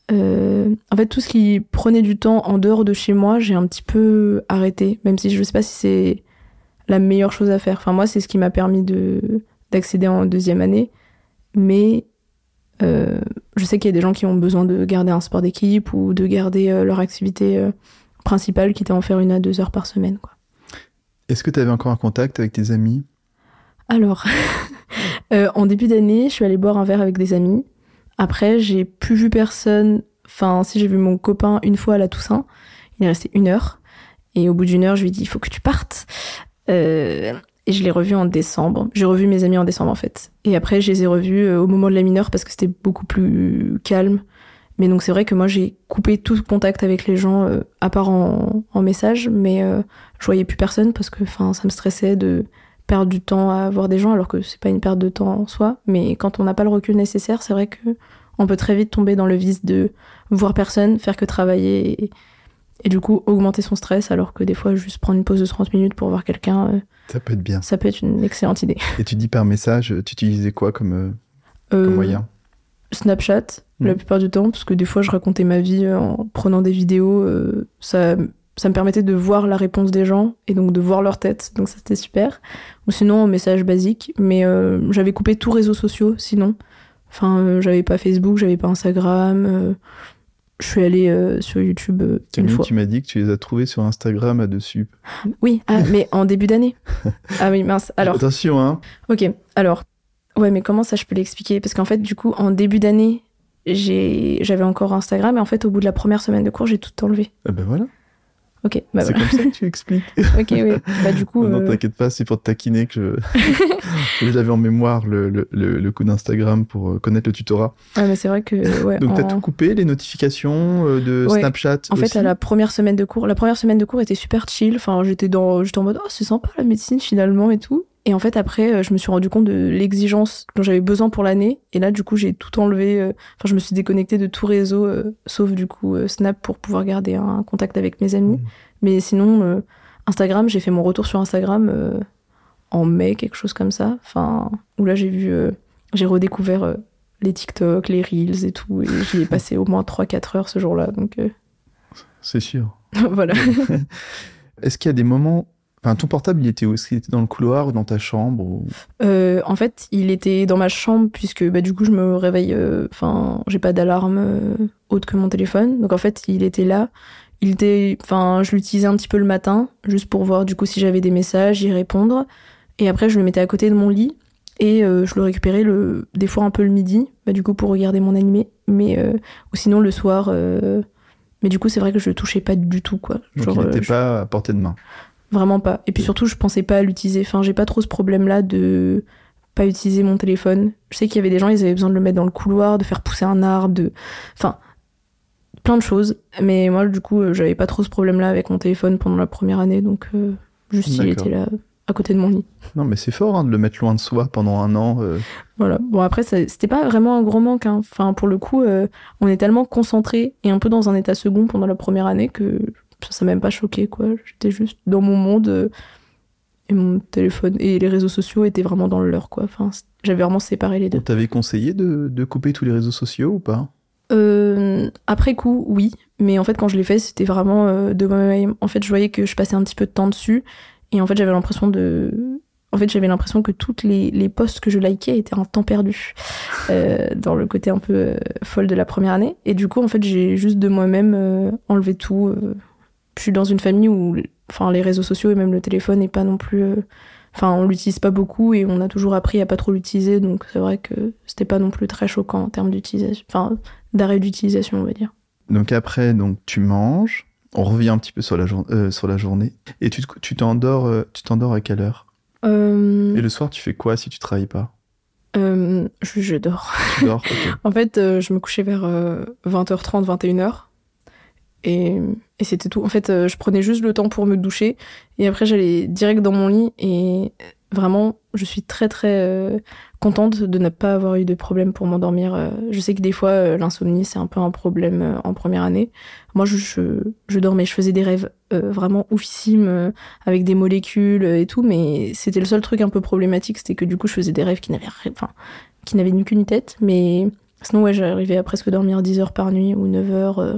Euh, en fait, tout ce qui prenait du temps en dehors de chez moi, j'ai un petit peu arrêté. Même si je sais pas si c'est la meilleure chose à faire. Enfin, moi, c'est ce qui m'a permis de, d'accéder en deuxième année. Mais euh, je sais qu'il y a des gens qui ont besoin de garder un sport d'équipe ou de garder euh, leur activité... Euh, principale qui était en faire une à deux heures par semaine, quoi. Est-ce que tu avais encore un contact avec tes amis? Alors, euh, en début d'année, je suis allée boire un verre avec des amis. Après, j'ai plus vu personne. Enfin, si j'ai vu mon copain une fois à la Toussaint, il est resté une heure. Et au bout d'une heure, je lui ai dit, il faut que tu partes. Euh, et je l'ai revu en décembre. J'ai revu mes amis en décembre en fait. Et après je les ai revus euh, au moment de la mineure parce que c'était beaucoup plus calme. Mais donc c'est vrai que moi j'ai coupé tout contact avec les gens euh, à part en, en message, mais euh, je voyais plus personne parce que enfin ça me stressait de perdre du temps à voir des gens alors que c'est pas une perte de temps en soi. Mais quand on n'a pas le recul nécessaire, c'est vrai que on peut très vite tomber dans le vice de voir personne, faire que travailler et, et du coup augmenter son stress alors que des fois juste prendre une pause de trente minutes pour voir quelqu'un, euh, ça peut être bien. Ça peut être une excellente idée. Et tu dis par message, tu utilisais quoi comme, euh, euh, comme moyen ? Snapchat, mmh. la plupart du temps, parce que des fois je racontais ma vie en prenant des vidéos, euh, ça, ça me permettait de voir la réponse des gens et donc de voir leur tête, donc ça c'était super. Ou sinon en message basique, mais euh, j'avais coupé tous réseaux sociaux sinon. Enfin, euh, j'avais pas Facebook, j'avais pas Instagram, euh, je suis allée euh, sur YouTube euh, une Camille, fois. Tu m'as dit que tu les as trouvés sur Instagram à dessus. Oui, ah, mais en début d'année. Ah oui, mince, alors... Attention, hein. Ok, alors... Ouais, mais comment ça je peux l'expliquer ? Parce qu'en fait, du coup, en début d'année, j'ai... j'avais encore Instagram et en fait, au bout de la première semaine de cours, j'ai tout enlevé. Ah ben voilà. Ok, bah c'est voilà. comme ça que tu expliques. Ok, oui. Bah du coup... Non, euh... t'inquiète pas, c'est pour te taquiner que je... j'avais en mémoire le, le, le, le coup d'Instagram pour connaître le tutorat. Ah, mais c'est vrai que... Ouais, donc en... t'as tout coupé, les notifications euh, de ouais. Snapchat En aussi. fait, à la première semaine de cours, la première semaine de cours était super chill. Enfin, j'étais, dans... j'étais en mode, oh, c'est sympa la médecine finalement et tout. Et en fait, après, je me suis rendu compte de l'exigence dont j'avais besoin pour l'année. Et là, du coup, j'ai tout enlevé. Enfin, je me suis déconnectée de tout réseau, euh, sauf du coup euh, Snap pour pouvoir garder un contact avec mes amis. Mmh. Mais sinon, euh, Instagram, j'ai fait mon retour sur Instagram euh, en mai, quelque chose comme ça. Enfin, où là, j'ai vu, euh, j'ai redécouvert euh, les TikTok, les Reels et tout. Et j'y ai passé au moins trois quatre heures ce jour-là. Donc, euh... c'est sûr. Voilà. Est-ce qu'il y a des moments... Enfin, ton portable, il était où ? Est-ce qu'il était dans le couloir ou dans ta chambre ou... euh, En fait, il était dans ma chambre puisque bah, du coup, je me réveille... Enfin, euh, j'ai pas d'alarme euh, autre que mon téléphone. Donc en fait, il était là. Il était... Enfin, je l'utilisais un petit peu le matin, juste pour voir du coup si j'avais des messages, y répondre. Et après, je le mettais à côté de mon lit. Et euh, je le récupérais le... des fois un peu le midi, bah, du coup, pour regarder mon animé. Mais, euh... Ou sinon, le soir... Euh... Mais du coup, c'est vrai que je le touchais pas du tout, quoi. Donc Genre, il n'était euh, je... pas à portée de main. Vraiment pas. Et puis surtout, je pensais pas à l'utiliser. Enfin, j'ai pas trop ce problème-là de pas utiliser mon téléphone. Je sais qu'il y avait des gens, ils avaient besoin de le mettre dans le couloir, de faire pousser un arbre, de... Enfin, plein de choses. Mais moi, du coup, j'avais pas trop ce problème-là avec mon téléphone pendant la première année. Donc, euh, juste, D'accord. il était là, à côté de mon lit. Non, mais c'est fort hein, de le mettre loin de soi pendant un an. Euh... Voilà. Bon, après, ça, c'était pas vraiment un gros manque. Hein. Enfin, pour le coup, euh, on est tellement concentrés et un peu dans un état second pendant la première année que... ça m'a même pas choqué, quoi. J'étais juste dans mon monde euh, et mon téléphone et les réseaux sociaux étaient vraiment dans le leur, quoi. Enfin, j'avais vraiment séparé les deux. On t'avait conseillé de, de couper tous les réseaux sociaux ou pas ? euh, Après coup, oui. Mais en fait, quand je l'ai fait, c'était vraiment euh, de moi-même. En fait, je voyais que je passais un petit peu de temps dessus et en fait, j'avais l'impression de... En fait, j'avais l'impression que toutes les, les posts que je likais étaient un temps perdu euh, dans le côté un peu euh, folle de la première année. Et du coup, en fait, j'ai juste de moi-même euh, enlevé tout... Euh, je suis dans une famille où enfin, les réseaux sociaux et même le téléphone n'est pas non plus... Euh... Enfin, on l'utilise pas beaucoup et on a toujours appris à pas trop l'utiliser. Donc, c'est vrai que c'était pas non plus très choquant en termes d'utilisation. Enfin, d'arrêt d'utilisation, on va dire. Donc après, donc, tu manges. On revient un petit peu sur la, jour... euh, sur la journée. Et tu, tu, t'endors, euh, tu t'endors à quelle heure ? euh... Et le soir, tu fais quoi si tu travailles pas ? euh, je, je dors. Tu dors, ok. En fait, euh, je me couchais vers euh, vingt heures trente, vingt et une heures. Et, et c'était tout. En fait, euh, je prenais juste le temps pour me doucher. Et après, j'allais direct dans mon lit. Et vraiment, je suis très, très euh, contente de ne pas avoir eu de problème pour m'endormir. Euh, je sais que des fois, euh, l'insomnie, c'est un peu un problème euh, en première année. Moi, je, je, je dormais. Je faisais des rêves euh, vraiment oufissimes euh, avec des molécules euh, et tout. Mais c'était le seul truc un peu problématique. C'était que du coup, je faisais des rêves qui n'avaient, enfin, qui n'avaient ni queue ni tête. Mais sinon, ouais, j'arrivais à presque dormir dix heures par nuit ou neuf heures. Euh,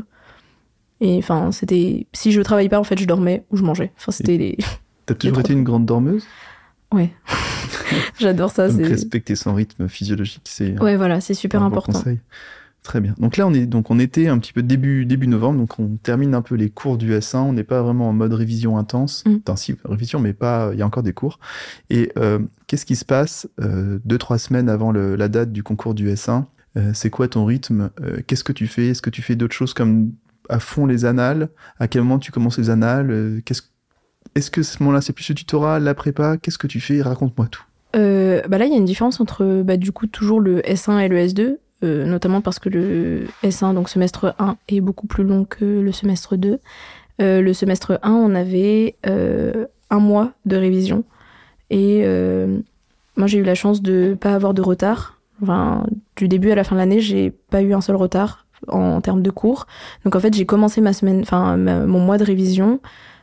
Et enfin, c'était... Si je travaillais pas, en fait, je dormais ou je mangeais. Enfin, c'était les... T'as toujours été une grande dormeuse ? Ouais. J'adore ça. Donc, c'est... respecter son rythme physiologique, c'est... Ouais, voilà, c'est super un important. Bon conseil. Très bien. Donc là, on est donc on était un petit peu début, début novembre, donc on termine un peu les cours du S un. On n'est pas vraiment en mode révision intense. Mm. Enfin, si, révision, mais pas... Il y a encore des cours. Et euh, qu'est-ce qui se passe euh, deux, trois semaines avant le, la date du concours du S un ? euh, C'est quoi ton rythme ? euh, Qu'est-ce que tu fais ? Est-ce que tu fais d'autres choses comme... à fond les annales? À quel moment tu commences les annales? Qu'est-ce... est-ce que ce moment-là, c'est plus le tutorat, la prépa? Qu'est-ce que tu fais? Raconte-moi tout. Euh, bah là, il y a une différence entre bah, du coup toujours le S un et le S deux, euh, notamment parce que le S un, donc semestre un, est beaucoup plus long que le semestre deux. Euh, le semestre un, on avait euh, un mois de révision. Et euh, moi, j'ai eu la chance de pas avoir de retard. Enfin, du début à la fin de l'année, j'ai pas eu un seul retard en termes de cours. Donc en fait, j'ai commencé ma semaine, enfin ma, mon mois de révision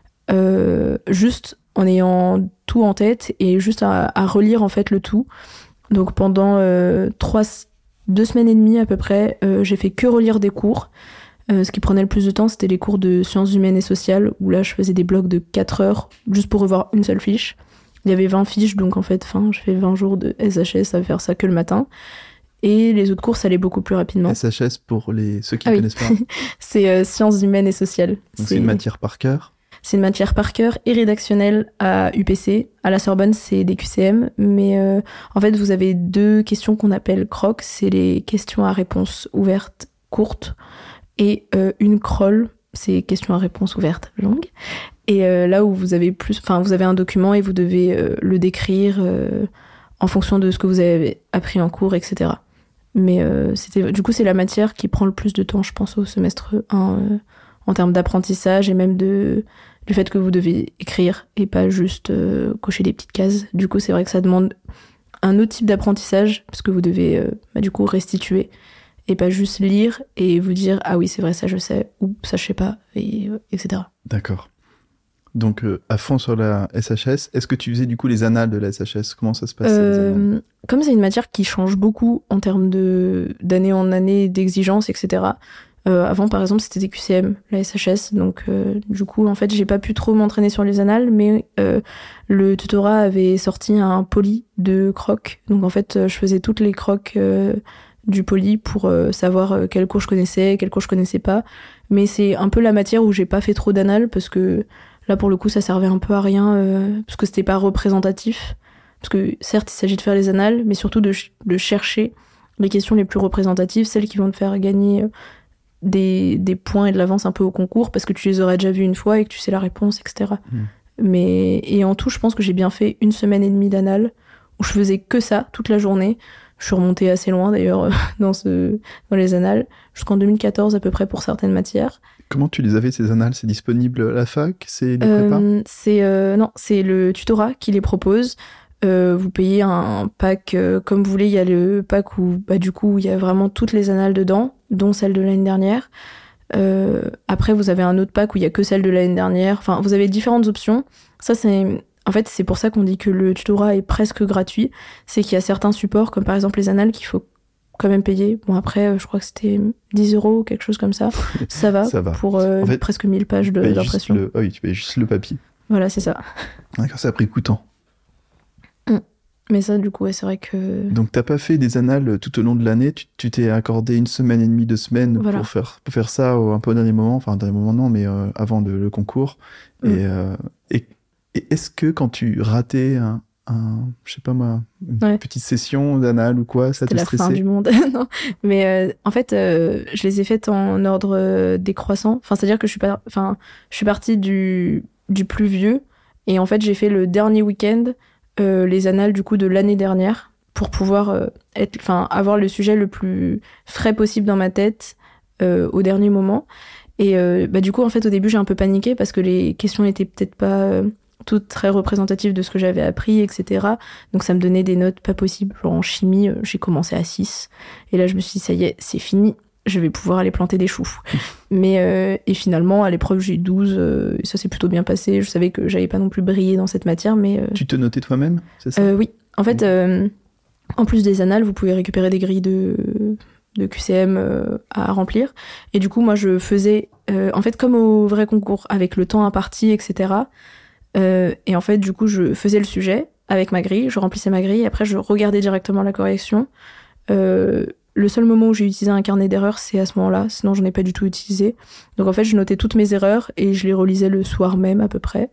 euh, juste en ayant tout en tête et juste à, à relire en fait le tout. Donc pendant euh, trois, deux semaines et demie à peu près, euh, j'ai fait que relire des cours. Euh, ce qui prenait le plus de temps, c'était les cours de sciences humaines et sociales, où là, je faisais des blocs de quatre heures juste pour revoir une seule fiche. Il y avait vingt fiches, donc en fait, fin, je fais vingt jours de S H S à faire ça que le matin. Et les autres cours, ça allait beaucoup plus rapidement. S H S, pour les... ceux qui ah ne oui. connaissent pas. C'est euh, sciences humaines et sociales. Donc c'est... c'est une matière par cœur. C'est une matière par cœur et rédactionnelle à U P C. À la Sorbonne, c'est des Q C M. Mais euh, en fait, vous avez deux questions qu'on appelle crocs. C'est les questions à réponse ouverte, courte. Et euh, une crawl, c'est questions à réponse ouverte, longue. Et euh, là où vous avez plus, enfin, vous avez un document et vous devez euh, le décrire euh, en fonction de ce que vous avez appris en cours, et cetera. Mais euh, c'était, du coup, c'est la matière qui prend le plus de temps, je pense, au semestre un, euh, en termes d'apprentissage et même de, du fait que vous devez écrire et pas juste euh, cocher des petites cases. Du coup, c'est vrai que ça demande un autre type d'apprentissage parce que vous devez, euh, bah, du coup, restituer. Et pas juste lire et vous dire « Ah oui, c'est vrai, ça je sais » ou « Ça je sais pas », et, euh, et cetera. D'accord. Donc, euh, à fond sur la S H S, est-ce que tu faisais du coup les annales de la S H S? Comment ça se passe euh, Comme c'est une matière qui change beaucoup en termes de, d'année en année, d'exigence, et cetera. Euh, avant, par exemple, c'était des Q C M, la S H S. Donc, euh, du coup, en fait, j'ai pas pu trop m'entraîner sur les annales, mais euh, le tutorat avait sorti un poly de crocs. Donc, en fait, je faisais toutes les crocs... Euh, du poly pour euh, savoir euh, quel cours je connaissais, quel cours je connaissais pas. Mais c'est un peu la matière où j'ai pas fait trop d'annales parce que là, pour le coup, ça servait un peu à rien euh, parce que c'était pas représentatif. Parce que certes, il s'agit de faire les annales, mais surtout de, ch- de chercher les questions les plus représentatives, celles qui vont te faire gagner euh, des, des points et de l'avance un peu au concours parce que tu les aurais déjà vues une fois et que tu sais la réponse, et cetera. Mmh. Mais, et en tout, je pense que j'ai bien fait une semaine et demie d'annales où je faisais que ça toute la journée. Je suis remontée assez loin d'ailleurs dans, ce, dans les annales, jusqu'en deux mille quatorze à peu près pour certaines matières. Comment tu les avais ces annales? C'est disponible à la fac? C'est des euh, prépas? c'est, euh, Non, c'est le tutorat qui les propose. Euh, vous payez un pack euh, comme vous voulez. Il y a le pack où bah, du coup il y a vraiment toutes les annales dedans, dont celle de l'année dernière. Euh, après vous avez un autre pack où il y a que celle de l'année dernière. Enfin vous avez différentes options. Ça c'est... En fait, c'est pour ça qu'on dit que le tutorat est presque gratuit. C'est qu'il y a certains supports, comme par exemple les annales, qu'il faut quand même payer. Bon, après, je crois que c'était dix euros, quelque chose comme ça. Ça va, ça va. Pour euh, en fait, presque mille pages de, d'impression. Le... Oh oui, tu payes juste le papier. Voilà, c'est ça. D'accord, ça a pris coûtant. Mmh. Mais ça, du coup, ouais, c'est vrai que... Donc, t'as pas fait des annales tout au long de l'année. Tu, tu t'es accordé une semaine et demie, deux semaines voilà. pour, faire, pour faire ça un peu au dernier moment. Enfin, au dernier moment, non, mais euh, avant le, le concours. Mmh. Et... Euh, et Et est-ce que quand tu ratais un, un je sais pas moi, une ouais. petite session d'annales ou quoi, ça C'était te la stressait? Fin du monde. Non, mais euh, en fait, euh, je les ai faites en ordre euh, décroissant. Enfin, c'est-à-dire que je suis pas, enfin, je suis partie du du plus vieux et en fait, j'ai fait le dernier week-end euh, les annales du coup de l'année dernière pour pouvoir euh, être, enfin, avoir le sujet le plus frais possible dans ma tête euh, au dernier moment. Et euh, bah du coup, en fait, au début, j'ai un peu paniqué parce que les questions étaient peut-être pas euh, toutes très représentatives de ce que j'avais appris, et cetera. Donc ça me donnait des notes pas possibles. Genre en chimie, euh, j'ai commencé à six. Et là, je me suis dit, ça y est, c'est fini. Je vais pouvoir aller planter des choux. Mais euh, et finalement, à l'épreuve, j'ai eu douze. Euh, et ça s'est plutôt bien passé. Je savais que j'allais pas non plus briller dans cette matière, mais... Euh... Tu te notais toi-même, c'est ça? euh, Oui. En fait, euh, en plus des annales, vous pouvez récupérer des grilles de... de Q C M euh, à remplir. Et du coup, moi, je faisais, euh, en fait, comme au vrai concours, avec le temps imparti, et cetera. Euh, et en fait, du coup, je faisais le sujet avec ma grille, je remplissais ma grille, et après, je regardais directement la correction. Euh, le seul moment où j'ai utilisé un carnet d'erreurs, c'est à ce moment-là, sinon j'en ai pas du tout utilisé. Donc en fait, je notais toutes mes erreurs, et je les relisais le soir même, à peu près.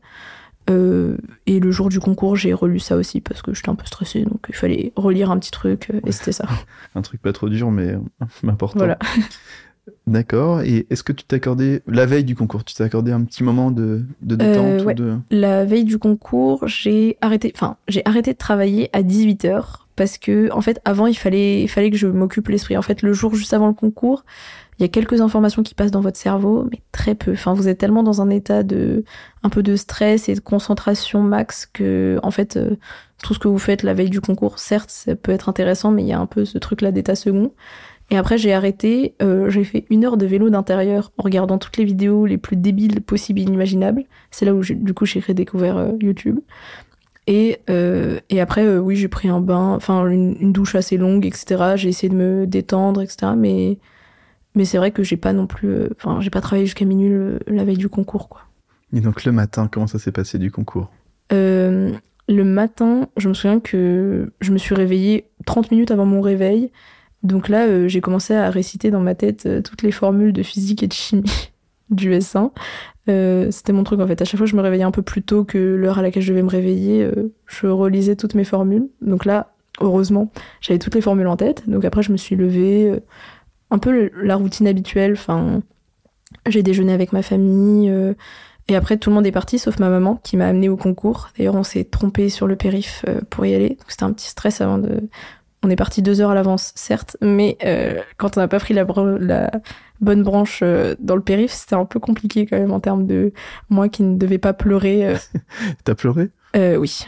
Euh, et le jour du concours, j'ai relu ça aussi parce que j'étais un peu stressée, donc il fallait relire un petit truc, euh, et c'était ça. Un truc pas trop dur, mais, mais important. Voilà. D'accord. Et est-ce que tu t'es accordé, la veille du concours, tu t'es accordé un petit moment de, de détente Euh, ou ouais. de... La veille du concours, j'ai arrêté, enfin, j'ai arrêté de travailler à dix-huit heures parce que, en fait, avant, il fallait, il fallait que je m'occupe l'esprit. En fait, le jour juste avant le concours, il y a quelques informations qui passent dans votre cerveau, mais très peu. Enfin, vous êtes tellement dans un état de, un peu de stress et de concentration max que, en fait, euh, tout ce que vous faites la veille du concours, certes, ça peut être intéressant, mais il y a un peu ce truc-là d'état second. Et après, j'ai arrêté, euh, j'ai fait une heure de vélo d'intérieur en regardant toutes les vidéos les plus débiles possibles et inimaginables. C'est là où, j'ai, du coup, j'ai redécouvert euh, YouTube. Et, euh, et après, euh, oui, j'ai pris un bain, enfin, une, une douche assez longue, et cetera. J'ai essayé de me détendre, et cetera. Mais, mais c'est vrai que j'ai pas non plus, enfin, euh, j'ai pas travaillé jusqu'à minuit le, la veille du concours, quoi. Et donc, le matin, comment ça s'est passé du concours? euh, Le matin, je me souviens que je me suis réveillée trente minutes avant mon réveil. Donc là, euh, j'ai commencé à réciter dans ma tête euh, toutes les formules de physique et de chimie du S un. Euh, c'était mon truc en fait. À chaque fois, je me réveillais un peu plus tôt que l'heure à laquelle je devais me réveiller. Euh, je relisais toutes mes formules. Donc là, heureusement, j'avais toutes les formules en tête. Donc après, je me suis levée. Euh, un peu le, la routine habituelle. Enfin, j'ai déjeuné avec ma famille. Euh, et après, tout le monde est parti, sauf ma maman qui m'a amenée au concours. D'ailleurs, on s'est trompé sur le périph' euh, pour y aller. Donc c'était un petit stress avant de... On est parti deux heures à l'avance, certes, mais euh, quand on n'a pas pris la, br- la bonne branche euh, dans le périph', c'était un peu compliqué quand même en termes de moi qui ne devais pas pleurer. Euh... T'as pleuré? euh, Oui.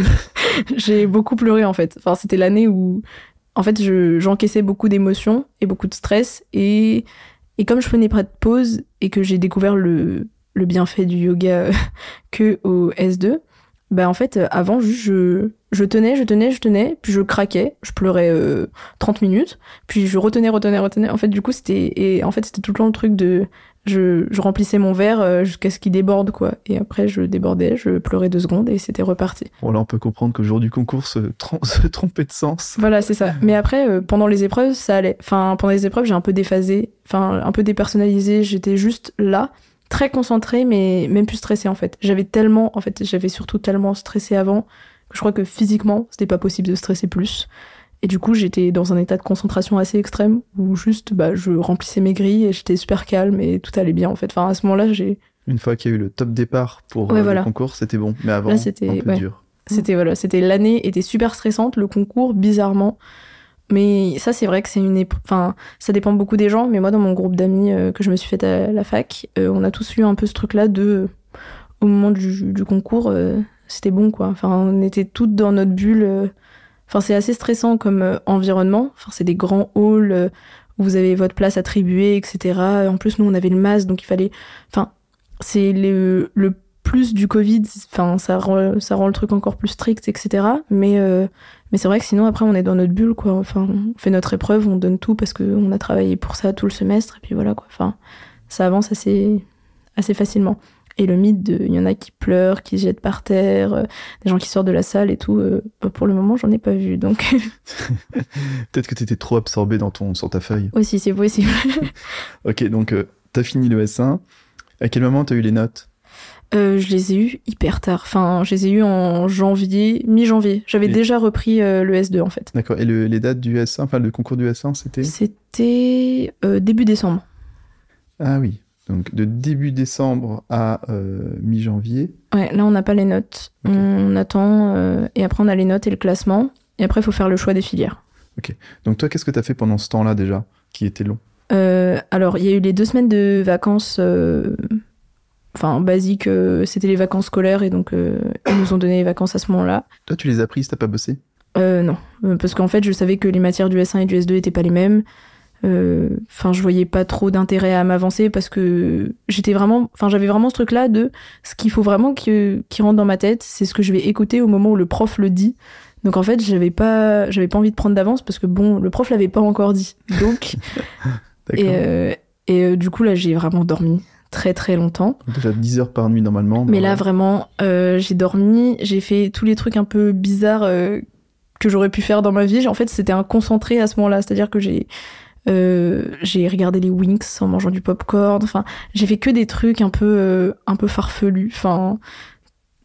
J'ai beaucoup pleuré en fait. Enfin, c'était l'année où, en fait, je, j'encaissais beaucoup d'émotions et beaucoup de stress. Et, et comme je prenais pas de pause et que j'ai découvert le, le bienfait du yoga que au S deux, bah en fait, avant, juste, je, je tenais, je tenais, je tenais, puis je craquais, je pleurais euh, trente minutes, puis je retenais, retenais, retenais. En fait, du coup, c'était, et en fait, c'était tout le temps le truc de, je, je remplissais mon verre euh, jusqu'à ce qu'il déborde, quoi. Et après, je débordais, je pleurais deux secondes et c'était reparti. Bon, là, on peut comprendre que le jour du concours, se, trom- se tromper de sens. Voilà, c'est ça. Mais après, euh, pendant les épreuves, ça allait. Enfin, pendant les épreuves, j'ai un peu déphasé, enfin, un peu dépersonnalisé. J'étais juste là, très concentrée, mais même plus stressée, en fait. J'avais tellement, en fait, j'avais surtout tellement stressé avant que je crois que physiquement, c'était pas possible de stresser plus. Et du coup, j'étais dans un état de concentration assez extrême où juste, bah, je remplissais mes grilles et j'étais super calme et tout allait bien, en fait. Enfin, à ce moment-là, j'ai... Une fois qu'il y a eu le top départ pour ouais, euh, voilà. le concours, c'était bon. Mais avant, là, c'était, un peu ouais. dur. C'était, voilà, c'était, l'année était super stressante, le concours, bizarrement. Mais ça, c'est vrai que c'est une épreuve... Enfin, ça dépend beaucoup des gens, mais moi, dans mon groupe d'amis euh, que je me suis faite à la fac, euh, on a tous eu un peu ce truc-là de... Euh, au moment du, du concours, euh, c'était bon, quoi. Enfin, on était toutes dans notre bulle. Euh... Enfin, c'est assez stressant comme euh, environnement. Enfin, c'est des grands halls euh, où vous avez votre place attribuée, et cetera. En plus, nous, on avait le masque, donc il fallait... Enfin, c'est le, le plus du Covid. Enfin, ça rend, ça rend le truc encore plus strict, et cetera. Mais... Euh... Mais c'est vrai que sinon, après, on est dans notre bulle, quoi. Enfin, on fait notre épreuve, on donne tout parce qu'on a travaillé pour ça tout le semestre, et puis voilà, quoi. Enfin, ça avance assez, assez facilement. Et le mythe de, il y en a qui pleurent, qui se jettent par terre, euh, des gens qui sortent de la salle et tout, euh, bah, pour le moment, j'en ai pas vu, donc... Peut-être que t'étais trop absorbé dans, ton, sur ta feuille. Aussi, c'est possible. Ok, donc, euh, t'as fini le S un. À quel moment t'as eu les notes? Euh, je les ai eus hyper tard. Enfin, je les ai eus en janvier, mi-janvier. J'avais Et... déjà repris euh, le S deux, en fait. D'accord. Et le, les dates du S un, enfin le concours du S un, c'était C'était euh, début décembre. Ah oui. Donc de début décembre à euh, mi-janvier. Ouais, là, on n'a pas les notes. Okay. On attend, euh, et après, on a les notes et le classement. Et après, il faut faire le choix des filières. Ok. Donc toi, qu'est-ce que t'as fait pendant ce temps-là, déjà, qui était long? euh, Alors, il y a eu les deux semaines de vacances... Euh... Enfin, basique, euh, c'était les vacances scolaires et donc euh, ils nous ont donné les vacances à ce moment-là. Toi, tu les as prises, t'as pas bossé? euh, Non, parce qu'en fait, je savais que les matières du S un et du S deux étaient pas les mêmes. Enfin, euh, je voyais pas trop d'intérêt à m'avancer parce que j'étais vraiment... Enfin, j'avais vraiment ce truc-là de ce qu'il faut vraiment qui, qui rentre dans ma tête, c'est ce que je vais écouter au moment où le prof le dit. Donc en fait, j'avais pas, j'avais pas envie de prendre d'avance parce que bon, le prof l'avait pas encore dit. Donc... et euh, et euh, du coup, là, j'ai vraiment dormi très très longtemps. Déjà dix heures par nuit normalement. Mais bah... là vraiment, euh, j'ai dormi, j'ai fait tous les trucs un peu bizarres euh, que j'aurais pu faire dans ma vie. En fait, c'était un concentré à ce moment-là, c'est-à-dire que j'ai euh, j'ai regardé les Winx en mangeant du popcorn. Enfin, j'ai fait que des trucs un peu euh, un peu farfelus. Enfin,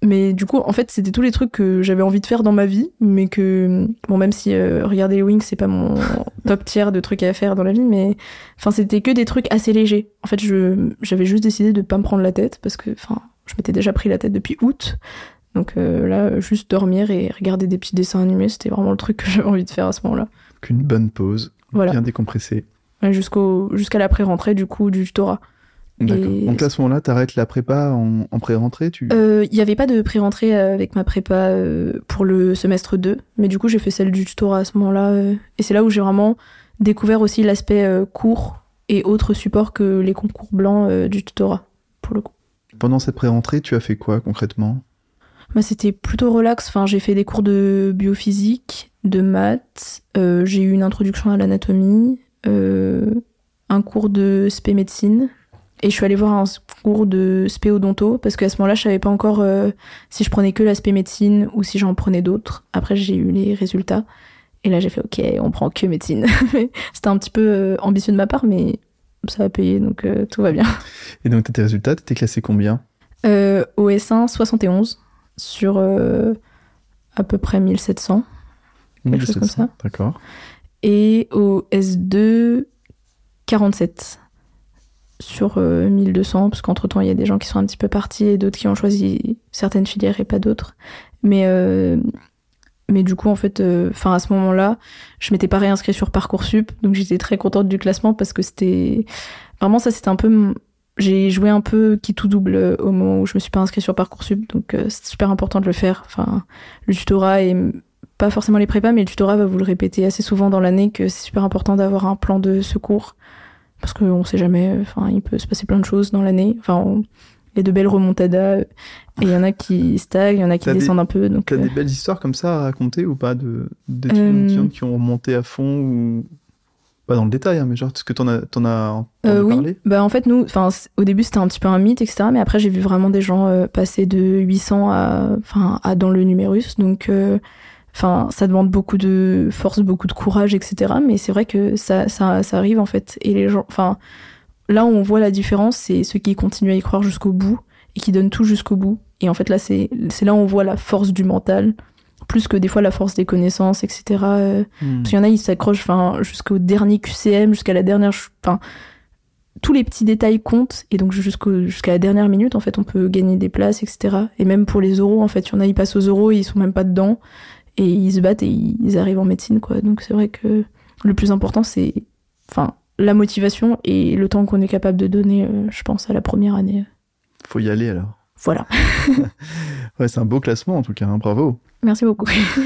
mais du coup, en fait, c'était tous les trucs que j'avais envie de faire dans ma vie, mais que, bon, même si euh, regarder les Wings, c'est pas mon top tier de trucs à faire dans la vie, mais enfin, c'était que des trucs assez légers. En fait, je, j'avais juste décidé de pas me prendre la tête, parce que, enfin, je m'étais déjà pris la tête depuis août. Donc euh, là, juste dormir et regarder des petits dessins animés, c'était vraiment le truc que j'avais envie de faire à ce moment-là. Qu'une bonne pause, voilà. Bien décompressée. Ouais, jusqu'au, jusqu'à la pré-rentrée, du coup, du tutorat. D'accord. Et... Donc là, à ce moment-là, t'arrêtes la prépa en, en pré-rentrée tu... Il euh, n'y avait pas de pré-rentrée avec ma prépa euh, pour le semestre deux, mais du coup, j'ai fait celle du tutorat à ce moment-là. Euh, et c'est là où j'ai vraiment découvert aussi l'aspect euh, cours et autres supports que les concours blancs euh, du tutorat, pour le coup. Pendant cette pré-rentrée, tu as fait quoi concrètement ? Bah, c'était plutôt relax. Enfin, j'ai fait des cours de biophysique, de maths, euh, j'ai eu une introduction à l'anatomie, euh, un cours de spé médecine. Et je suis allée voir un cours de spé-odonto, parce qu'à ce moment-là, je savais pas encore euh, si je prenais que l'aspect médecine ou si j'en prenais d'autres. Après, j'ai eu les résultats. Et là, j'ai fait, ok, on prend que médecine. C'était un petit peu euh, ambitieux de ma part, mais ça a payé, donc euh, tout va bien. Et donc, t'as tes résultats, t'étais classé combien ? euh, Au S un, soixante et onze, sur euh, à peu près mille sept cents. Quelque mille sept cents, chose comme ça. D'accord. Et au S deux, quarante-sept. Sur euh, mille deux cents, parce qu'entre-temps, il y a des gens qui sont un petit peu partis et d'autres qui ont choisi certaines filières et pas d'autres. Mais, euh, mais du coup, en fait, euh, à ce moment-là, je m'étais pas réinscrite sur Parcoursup, donc j'étais très contente du classement parce que c'était... Vraiment, ça, c'était un peu... J'ai joué un peu qui tout double au moment où je me suis pas inscrite sur Parcoursup, donc euh, c'est super important de le faire. Enfin, le tutorat et pas forcément les prépas, mais le tutorat va vous le répéter assez souvent dans l'année que c'est super important d'avoir un plan de secours. Parce qu'on sait jamais, enfin, il peut se passer plein de choses dans l'année. Enfin, on... il y a de belles remontadas, et il y en a qui stagnent, il y en a qui t'as descendent des... un peu. Donc, t'as euh... des belles histoires comme ça à raconter ou pas, de... d'étudiants euh... qui ont remonté à fond ou... Pas dans le détail, hein, mais genre, est-ce que t'en as, t'en as entendu euh, oui. parler ? Bah, en fait, nous, au début, c'était un petit peu un mythe, et cetera. Mais après, j'ai vu vraiment des gens euh, passer de huit cents à, à dans le numérus. Donc... Euh... Enfin, ça demande beaucoup de force, beaucoup de courage, et cetera. Mais c'est vrai que ça, ça, ça arrive, en fait. Et les gens... Enfin, là où on voit la différence, c'est ceux qui continuent à y croire jusqu'au bout et qui donnent tout jusqu'au bout. Et en fait, là, c'est, c'est là où on voit la force du mental, plus que des fois la force des connaissances, et cetera. Mmh. Parce qu'il y en a, ils s'accrochent enfin, jusqu'au dernier Q C M, jusqu'à la dernière... Enfin, tous les petits détails comptent. Et donc, jusqu'au, jusqu'à la dernière minute, en fait, on peut gagner des places, et cetera. Et même pour les oraux, en fait, il y en a, ils passent aux oraux et ils sont même pas dedans. Et ils se battent et ils arrivent en médecine, quoi. Donc c'est vrai que le plus important, c'est enfin, la motivation et le temps qu'on est capable de donner, euh, je pense, à la première année. Faut y aller, alors. Voilà. Ouais, c'est un beau classement, en tout cas. Hein, bravo. Merci beaucoup.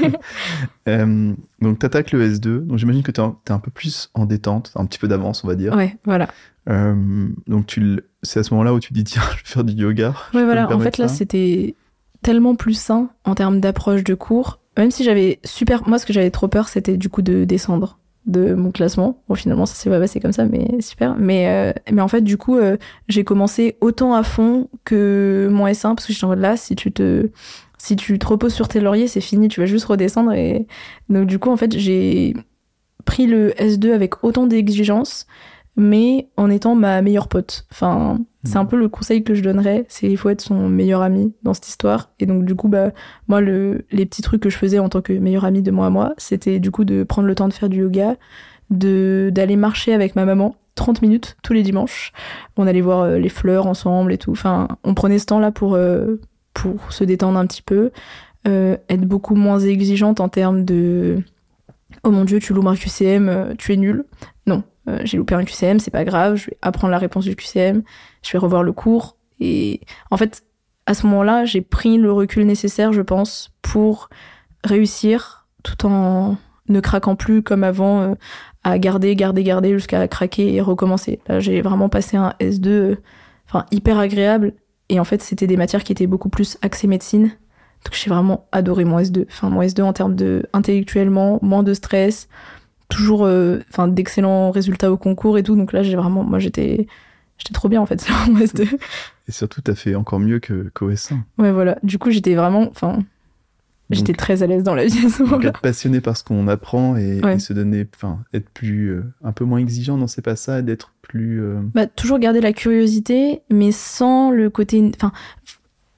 euh, donc, t'attaques le S deux. Donc, j'imagine que t'es un, t'es un peu plus en détente, un petit peu d'avance, on va dire. Ouais, voilà. Euh, donc, tu, c'est à ce moment-là où tu dis, tiens, je vais faire du yoga. Ouais, voilà. En fait, là, c'était tellement plus sain en termes d'approche de cours. Même si j'avais super... Moi, ce que j'avais trop peur, c'était du coup de descendre de mon classement. Bon, finalement, ça s'est pas passé comme ça, mais super. Mais, euh, mais en fait, du coup, euh, j'ai commencé autant à fond que mon S un, parce que j'étais en mode là, si tu te... Si tu te reposes sur tes lauriers, c'est fini, tu vas juste redescendre. Et donc, du coup, en fait, j'ai pris le S deux avec autant d'exigence, mais en étant ma meilleure pote. Enfin, c'est un peu le conseil que je donnerais, c'est il faut être son meilleur ami dans cette histoire. Et donc, du coup, bah, moi, le, les petits trucs que je faisais en tant que meilleur ami de moi à moi, c'était du coup de prendre le temps de faire du yoga, de, d'aller marcher avec ma maman trente minutes tous les dimanches. On allait voir euh, les fleurs ensemble et tout. Enfin, on prenait ce temps-là pour, euh, pour se détendre un petit peu, euh, être beaucoup moins exigeante en termes de « Oh mon Dieu, tu loupes un Q C M, euh, tu es nul ». Non. Euh, j'ai loupé un Q C M, c'est pas grave, je vais apprendre la réponse du Q C M, je vais revoir le cours. Et en fait, à ce moment-là, j'ai pris le recul nécessaire, je pense, pour réussir tout en ne craquant plus comme avant, euh, à garder, garder, garder jusqu'à craquer et recommencer. Là, j'ai vraiment passé un S deux enfin, euh, hyper agréable. Et en fait, c'était des matières qui étaient beaucoup plus axées médecine. Donc j'ai vraiment adoré mon S deux. Enfin, mon S deux en termes de intellectuellement, moins de stress, toujours enfin euh, d'excellents résultats au concours et tout, donc là j'ai vraiment moi j'étais j'étais trop bien en fait sur mon S deux. Et surtout t'as fait encore mieux que qu'au S un. Ouais, voilà, du coup j'étais vraiment enfin j'étais donc, très à l'aise dans la vie à ce moment-là. Être passionné par ce qu'on apprend et, ouais. et se donner enfin être plus euh, un peu moins exigeant, non c'est pas ça, d'être plus euh... bah toujours garder la curiosité mais sans le côté enfin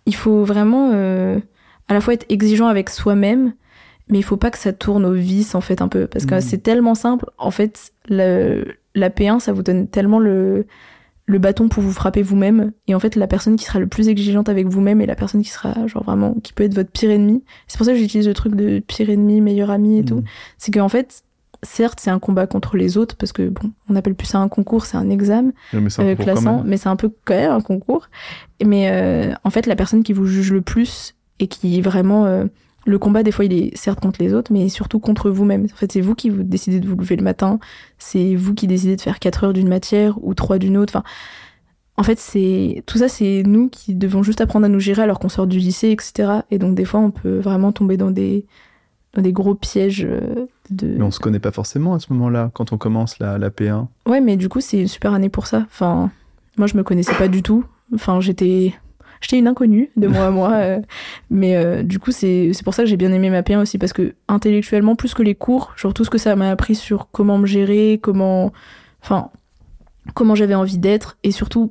il faut vraiment euh, à la fois être exigeant avec soi-même, mais il faut pas que ça tourne au vice, en fait, un peu. Parce que mmh. c'est tellement simple. En fait, le, la P un, ça vous donne tellement le, le bâton pour vous frapper vous-même. Et en fait, la personne qui sera le plus exigeante avec vous-même est la personne qui sera, genre, vraiment, qui peut être votre pire ennemi. C'est pour ça que j'utilise le truc de pire ennemi, meilleur ami et mmh. tout. C'est qu'en fait, certes, c'est un combat contre les autres, parce que, bon, on appelle plus ça un concours, c'est un examen oui, mais c'est un euh, classant, mais c'est un peu quand même un concours. Mais euh, en fait, la personne qui vous juge le plus et qui vraiment... Euh, le combat, des fois, il est certes contre les autres, mais surtout contre vous-même. En fait, c'est vous qui vous décidez de vous lever le matin, c'est vous qui décidez de faire quatre heures d'une matière ou trois d'une autre. Enfin, en fait, c'est tout ça, c'est nous qui devons juste apprendre à nous gérer alors qu'on sort du lycée, et cetera. Et donc, des fois, on peut vraiment tomber dans des, dans des gros pièges de... Mais on se connaît pas forcément à ce moment-là, quand on commence la, la P un. Ouais, mais du coup, c'est une super année pour ça. Enfin, moi, je me connaissais pas du tout. Enfin, j'étais... J'étais une inconnue de moi à moi, euh, mais euh, du coup c'est c'est pour ça que j'ai bien aimé ma P un aussi, parce que intellectuellement, plus que les cours, genre tout ce que ça m'a appris sur comment me gérer, comment, enfin, comment j'avais envie d'être, et surtout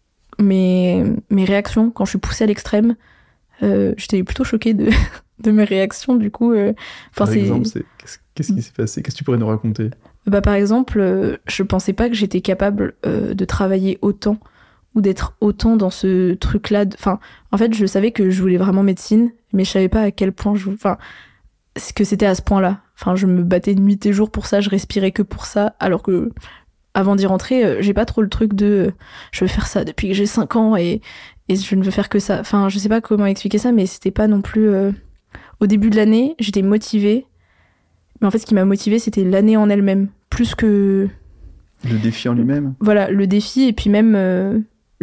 mes mes réactions quand je suis poussée à l'extrême. Euh, j'étais plutôt choquée de de mes réactions, du coup. Euh, par c'est... exemple, c'est... Qu'est-ce, qu'est-ce qui s'est passé ? Qu'est-ce que tu pourrais nous raconter ? Bah par exemple, euh, je pensais pas que j'étais capable euh, de travailler autant, ou d'être autant dans ce truc-là. Enfin, en fait, je savais que je voulais vraiment médecine, mais je savais pas à quel point je... Enfin, que c'était à ce point-là. Enfin, je me battais nuit et jour pour ça, je respirais que pour ça, alors que, avant d'y rentrer, j'ai pas trop le truc de... Je veux faire ça depuis que j'ai cinq ans, et, et je ne veux faire que ça. Enfin, je sais pas comment expliquer ça, mais c'était pas non plus... Euh... Au début de l'année, j'étais motivée, mais en fait, ce qui m'a motivée, c'était l'année en elle-même, plus que... Le défi en lui-même ? Voilà, le défi, et puis même... Euh...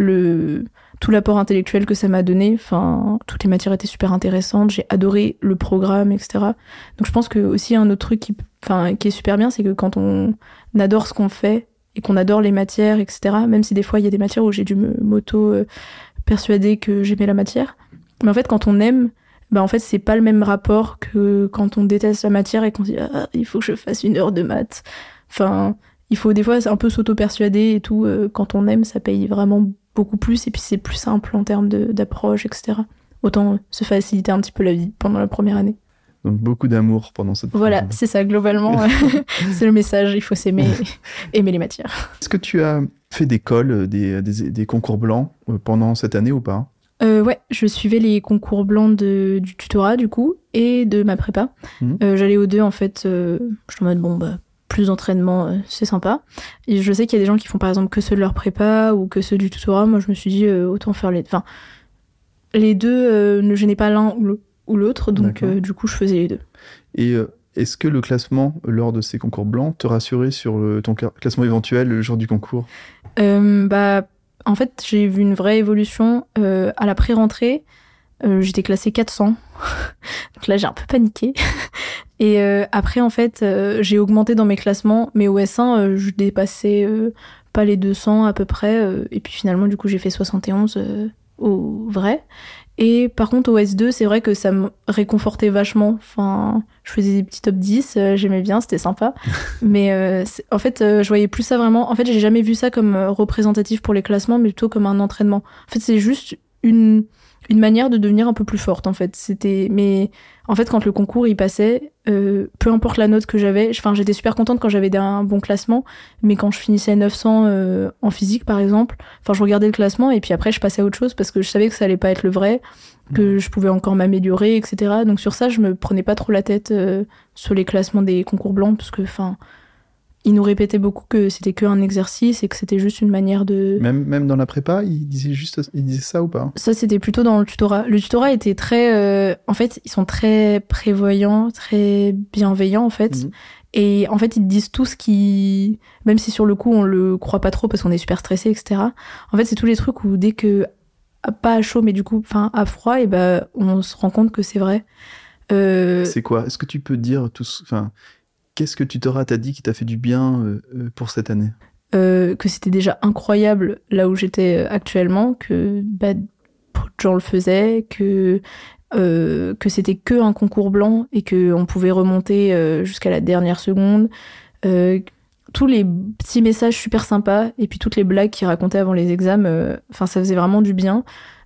le tout l'apport intellectuel que ça m'a donné, enfin toutes les matières étaient super intéressantes, j'ai adoré le programme, etc. Donc je pense que aussi un autre truc qui enfin qui est super bien, c'est que quand on adore ce qu'on fait et qu'on adore les matières, etc., même si des fois il y a des matières où j'ai dû me m'auto euh, persuader que j'aimais la matière, mais en fait quand on aime, bah en fait c'est pas le même rapport que quand on déteste la matière et qu'on se dit ah, il faut que je fasse une heure de maths. Enfin il faut des fois un peu s'auto-persuader et tout. Euh, quand on aime, ça paye vraiment beaucoup plus. Et puis c'est plus simple en termes de, d'approche, et cetera. Autant se faciliter un petit peu la vie pendant la première année. Donc beaucoup d'amour pendant cette première Voilà, année. c'est ça, globalement. C'est le message, il faut s'aimer, aimer les matières. Est-ce que tu as fait des cols, des, des, des concours blancs pendant cette année ou pas ? Euh, ouais, je suivais les concours blancs de, du tutorat, du coup, et de ma prépa. Mmh. Euh, j'allais aux deux, en fait. Euh, je suis en mode, bon, bah... plus d'entraînement, euh, c'est sympa. Et je sais qu'il y a des gens qui font par exemple que ceux de leur prépa ou que ceux du tutorat. Moi, je me suis dit euh, autant faire les... Enfin, les deux euh, ne gênaient pas l'un ou, le... ou l'autre, donc euh, du coup, je faisais les deux. Et euh, est-ce que le classement lors de ces concours blancs te rassurait sur le... ton classement éventuel le jour du concours ? euh, Bah, en fait, j'ai vu une vraie évolution. Euh, à la pré-rentrée, euh, j'étais classée quatre cents. Donc là, j'ai un peu paniqué. Et euh, après, en fait, euh, j'ai augmenté dans mes classements, mais au S un, euh, je dépassais euh, pas les deux cents à peu près. Euh, et puis finalement, du coup, j'ai fait soixante et onze euh, au vrai. Et par contre, au S deux, c'est vrai que ça me réconfortait vachement. Enfin, je faisais des petits top dix, euh, j'aimais bien, c'était sympa. Mais euh, en fait, euh, je voyais plus ça vraiment... En fait, j'ai jamais vu ça comme euh, représentatif pour les classements, mais plutôt comme un entraînement. En fait, c'est juste une... une manière de devenir un peu plus forte, en fait. C'était... Mais en fait, quand le concours, il passait, euh, peu importe la note que j'avais, enfin, j'étais super contente quand j'avais un bon classement, mais quand je finissais neuf cents euh, en physique, par exemple, enfin, je regardais le classement et puis après, je passais à autre chose parce que je savais que ça allait pas être le vrai, que je pouvais encore m'améliorer, et cetera. Donc sur ça, je me prenais pas trop la tête euh, sur les classements des concours blancs parce que, enfin... Il nous répétait beaucoup que c'était qu'un exercice et que c'était juste une manière de... Même, même dans la prépa, il disait juste il disait ça ou pas ? Ça, c'était plutôt dans le tutorat. Le tutorat était très... Euh... En fait, ils sont très prévoyants, très bienveillants, en fait. Mmh. Et en fait, ils te disent tout ce qui... Même si sur le coup, on le croit pas trop parce qu'on est super stressé, et cetera. En fait, c'est tous les trucs où dès que... Pas à chaud, mais du coup, enfin, à froid, et ben, on se rend compte que c'est vrai. Euh... C'est quoi ? Est-ce que tu peux dire tout... Enfin... Qu'est-ce que Tutorat t'a dit qui t'a fait du bien euh, pour cette année ? euh, Que c'était déjà incroyable là où j'étais actuellement, que bah, beaucoup de gens le faisaient, que, euh, que c'était que un concours blanc et qu'on pouvait remonter euh, jusqu'à la dernière seconde. Euh, tous les petits messages super sympas et puis toutes les blagues qu'ils racontaient avant les examens, enfin euh, ça faisait vraiment du bien.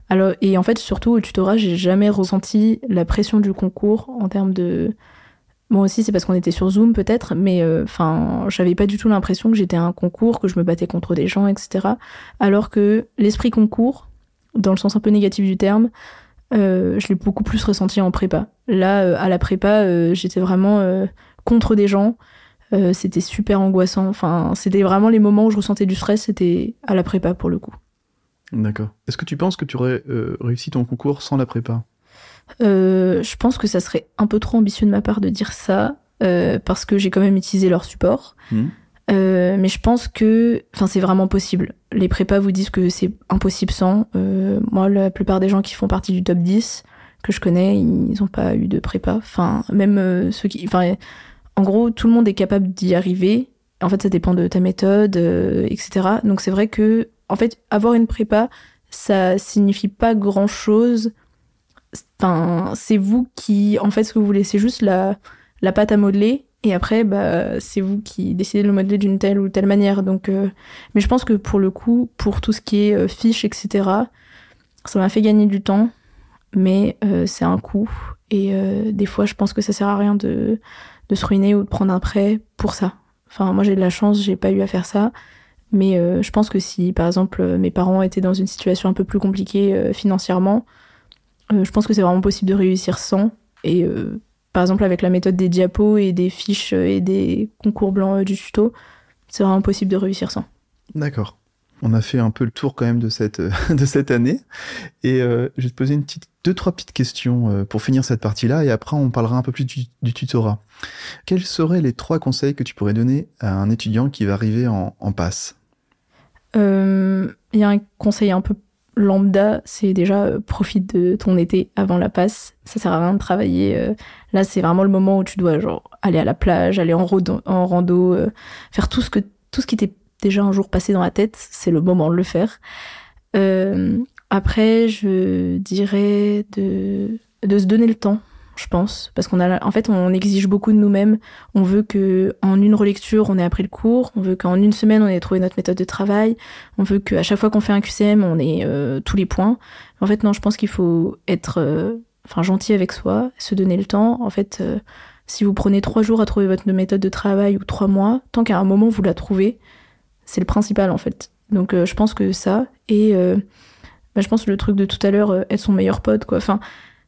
Alors, et en fait, surtout au tutorat, j'ai jamais ressenti la pression du concours en termes de... Bon, aussi, c'est parce qu'on était sur Zoom, peut-être, mais enfin, euh, j'avais pas du tout l'impression que j'étais à un concours, que je me battais contre des gens, et cetera. Alors que l'esprit concours, dans le sens un peu négatif du terme, euh, je l'ai beaucoup plus ressenti en prépa. Là, euh, à la prépa, euh, j'étais vraiment euh, contre des gens. Euh, c'était super angoissant. Enfin, c'était vraiment les moments où je ressentais du stress, c'était à la prépa, pour le coup. D'accord. Est-ce que tu penses que tu aurais euh, réussi ton concours sans la prépa ? Euh, je pense que ça serait un peu trop ambitieux de ma part de dire ça, euh, parce que j'ai quand même utilisé leur support. Mmh. Euh, mais je pense que enfin, c'est vraiment possible. Les prépas vous disent que c'est impossible sans. Euh, moi, la plupart des gens qui font partie du top dix que je connais, ils n'ont pas eu de prépa. Enfin, même euh, ceux qui... Enfin, en gros, tout le monde est capable d'y arriver. En fait, ça dépend de ta méthode, euh, et cetera. Donc c'est vrai que, en fait, avoir une prépa, ça signifie pas grand-chose. Enfin, c'est vous qui, en fait, ce que vous voulez, c'est juste la, la pâte à modeler, et après, bah, c'est vous qui décidez de le modeler d'une telle ou telle manière. Donc, euh... mais je pense que pour le coup, pour tout ce qui est euh, fiches, et cetera, ça m'a fait gagner du temps, mais euh, c'est un coût, et euh, des fois, je pense que ça sert à rien de, de se ruiner ou de prendre un prêt pour ça. Enfin, moi, j'ai de la chance, j'ai pas eu à faire ça, mais euh, je pense que si, par exemple, mes parents étaient dans une situation un peu plus compliquée euh, financièrement, Euh, je pense que c'est vraiment possible de réussir sans. Et euh, par exemple, avec la méthode des diapos et des fiches et des concours blancs du tuto, c'est vraiment possible de réussir sans. D'accord. On a fait un peu le tour quand même de cette, de cette année. Et euh, je vais te poser une petite, deux, trois petites questions euh, pour finir cette partie-là. Et après, on parlera un peu plus du, du tutorat. Quels seraient les trois conseils que tu pourrais donner à un étudiant qui va arriver en, en passe ? Euh, y a un conseil un peu lambda, c'est déjà euh, profite de ton été avant la passe. Ça sert à rien de travailler. Euh, là, c'est vraiment le moment où tu dois genre aller à la plage, aller en rando, en rando euh, faire tout ce que tout ce qui t'est déjà un jour passé dans la tête. C'est le moment de le faire. Euh, après, je dirais de de se donner le temps, je pense, parce qu'on a, en fait, on exige beaucoup de nous-mêmes. On veut que en une relecture, on ait appris le cours. On veut qu'en une semaine, on ait trouvé notre méthode de travail. On veut qu'à chaque fois qu'on fait un Q C M, on ait euh, tous les points. En fait, non, je pense qu'il faut être, euh, enfin, gentil avec soi, se donner le temps. En fait, euh, si vous prenez trois jours à trouver votre méthode de travail ou trois mois, tant qu'à un moment vous la trouvez, c'est le principal en fait. Donc, euh, je pense que ça et euh, bah, je pense que le truc de tout à l'heure, euh, être son meilleur pote, quoi. Enfin.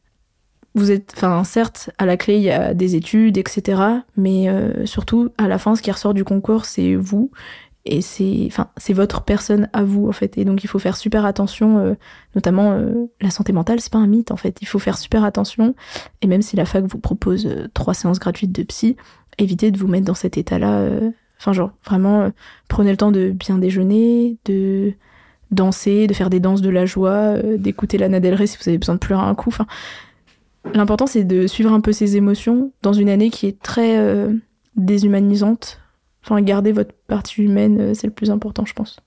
Vous êtes, enfin, certes, à la clé, il y a des études, et cetera. Mais euh, surtout, à la fin, ce qui ressort du concours, c'est vous. Et c'est, enfin, c'est votre personne à vous, en fait. Et donc, il faut faire super attention, euh, notamment euh, la santé mentale, c'est pas un mythe, en fait. Il faut faire super attention. Et même si la fac vous propose euh, trois séances gratuites de psy, évitez de vous mettre dans cet état-là. Euh, enfin, genre, vraiment, euh, prenez le temps de bien déjeuner, de danser, de faire des danses de la joie, euh, d'écouter Lana Del Rey si vous avez besoin de pleurer un coup. Enfin, l'important, c'est de suivre un peu ses émotions dans une année qui est très euh, déshumanisante. Enfin, garder votre partie humaine, euh, c'est le plus important, je pense.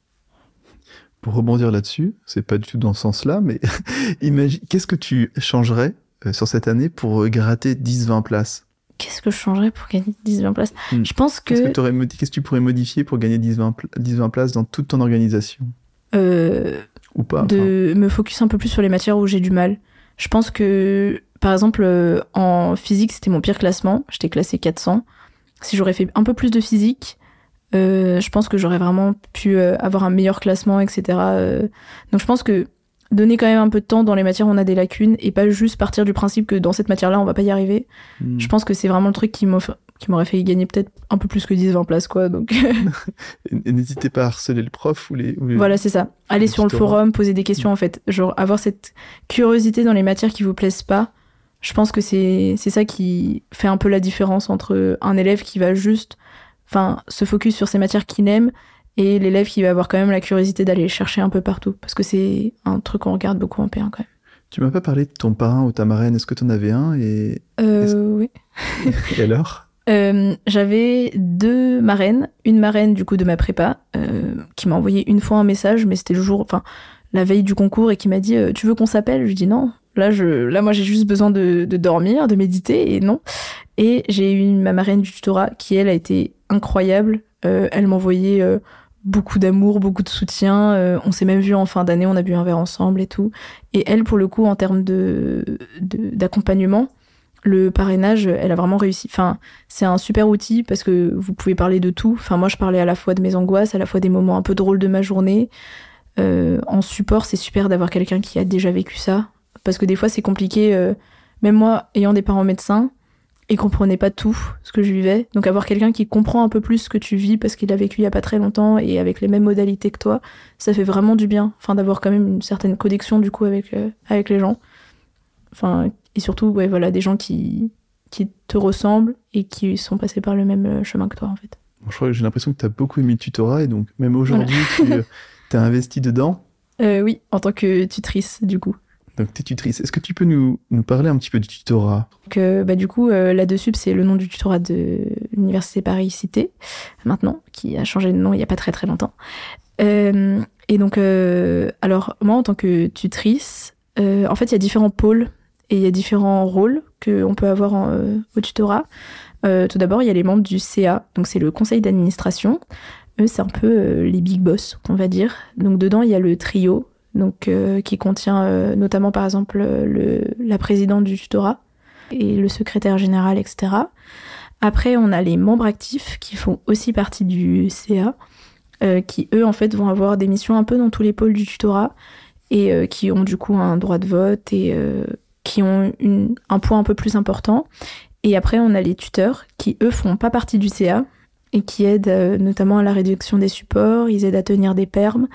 Pour rebondir là-dessus, c'est pas du tout dans ce sens-là, mais imagine, qu'est-ce que tu changerais euh, sur cette année pour euh, gratter dix vingt places ? Qu'est-ce que je changerais pour gagner dix vingt places ? hmm. Je pense que... Qu'est-ce que, t'aurais modi- qu'est-ce que tu pourrais modifier pour gagner dix vingt places dans toute ton organisation ? euh, Ou pas ? De enfin... me focus un peu plus sur les matières où j'ai du mal. Je pense que, par exemple, euh, en physique, c'était mon pire classement. J'étais classée quatre cents. Si j'aurais fait un peu plus de physique, euh, je pense que j'aurais vraiment pu euh, avoir un meilleur classement, et cetera. Euh, donc je pense que donner quand même un peu de temps dans les matières où on a des lacunes et pas juste partir du principe que dans cette matière-là, on va pas y arriver. Mmh. Je pense que c'est vraiment le truc qui, qui m'aurait fait gagner peut-être un peu plus que dix vingt places, quoi. Donc... et n'hésitez pas à harceler le prof ou les... Ou les... Voilà, c'est ça. Aller sur le forum, poser des questions, mmh. en fait. Genre avoir cette curiosité dans les matières qui vous plaisent pas. Je pense que c'est, c'est ça qui fait un peu la différence entre un élève qui va juste enfin, se focus sur ces matières qu'il aime et l'élève qui va avoir quand même la curiosité d'aller chercher un peu partout. Parce que c'est un truc qu'on regarde beaucoup en P un quand même. Tu m'as pas parlé de ton parrain ou ta marraine. Est-ce que tu en avais un et... Euh, oui. Et alors euh, J'avais deux marraines. Une marraine du coup de ma prépa euh, qui m'a envoyé une fois un message, mais c'était le jour, enfin la veille du concours et qui m'a dit euh, « Tu veux qu'on s'appelle ?» Je lui dis « Non. » Là, je, là, moi, j'ai juste besoin de, de dormir, de méditer, et non. Et j'ai eu ma marraine du tutorat qui, elle, a été incroyable. Euh, elle m'envoyait euh, beaucoup d'amour, beaucoup de soutien. Euh, on s'est même vu en fin d'année, on a bu un verre ensemble et tout. Et elle, pour le coup, en termes de, de, d'accompagnement, le parrainage, elle a vraiment réussi. Enfin, c'est un super outil parce que vous pouvez parler de tout. Enfin, moi, je parlais à la fois de mes angoisses, à la fois des moments un peu drôles de ma journée. Euh, en support, c'est super d'avoir quelqu'un qui a déjà vécu ça. Parce que des fois, c'est compliqué. Euh, même moi, ayant des parents médecins, ils comprenaient pas tout ce que je vivais. Donc avoir quelqu'un qui comprend un peu plus ce que tu vis parce qu'il a vécu il y a pas très longtemps et avec les mêmes modalités que toi, ça fait vraiment du bien. Enfin, d'avoir quand même une certaine connexion du coup avec, euh, avec les gens. Enfin, et surtout, ouais, voilà, des gens qui, qui te ressemblent et qui sont passés par le même chemin que toi, en fait. Bon, je crois que j'ai l'impression que tu as beaucoup aimé le tutorat et donc même aujourd'hui, voilà. tu as investi dedans. euh, Oui, en tant que tutrice, du coup. Donc, tu es tutrice. Est-ce que tu peux nous, nous parler un petit peu du tutorat ? Donc, euh, bah, du coup, euh, là-dessus, c'est le nom du tutorat de l'Université Paris-Cité, maintenant, qui a changé de nom il n'y a pas très très longtemps. Euh, et donc, euh, alors, moi, en tant que tutrice, euh, en fait, il y a différents pôles et il y a différents rôles qu'on peut avoir en, euh, au tutorat. Euh, tout d'abord, il y a les membres du C A, donc c'est le conseil d'administration. Eux, c'est un peu euh, les big boss, on va dire. Donc, dedans, il y a le trio, donc euh, qui contient euh, notamment par exemple le, la présidente du tutorat et le secrétaire général, et cetera. Après, on a les membres actifs qui font aussi partie du C A, euh, qui eux en fait vont avoir des missions un peu dans tous les pôles du tutorat et euh, qui ont du coup un droit de vote et euh, qui ont une, un poids un peu plus important. Et après, on a les tuteurs qui eux font pas partie du C A et qui aident euh, notamment à la réduction des supports, ils aident à tenir des permes.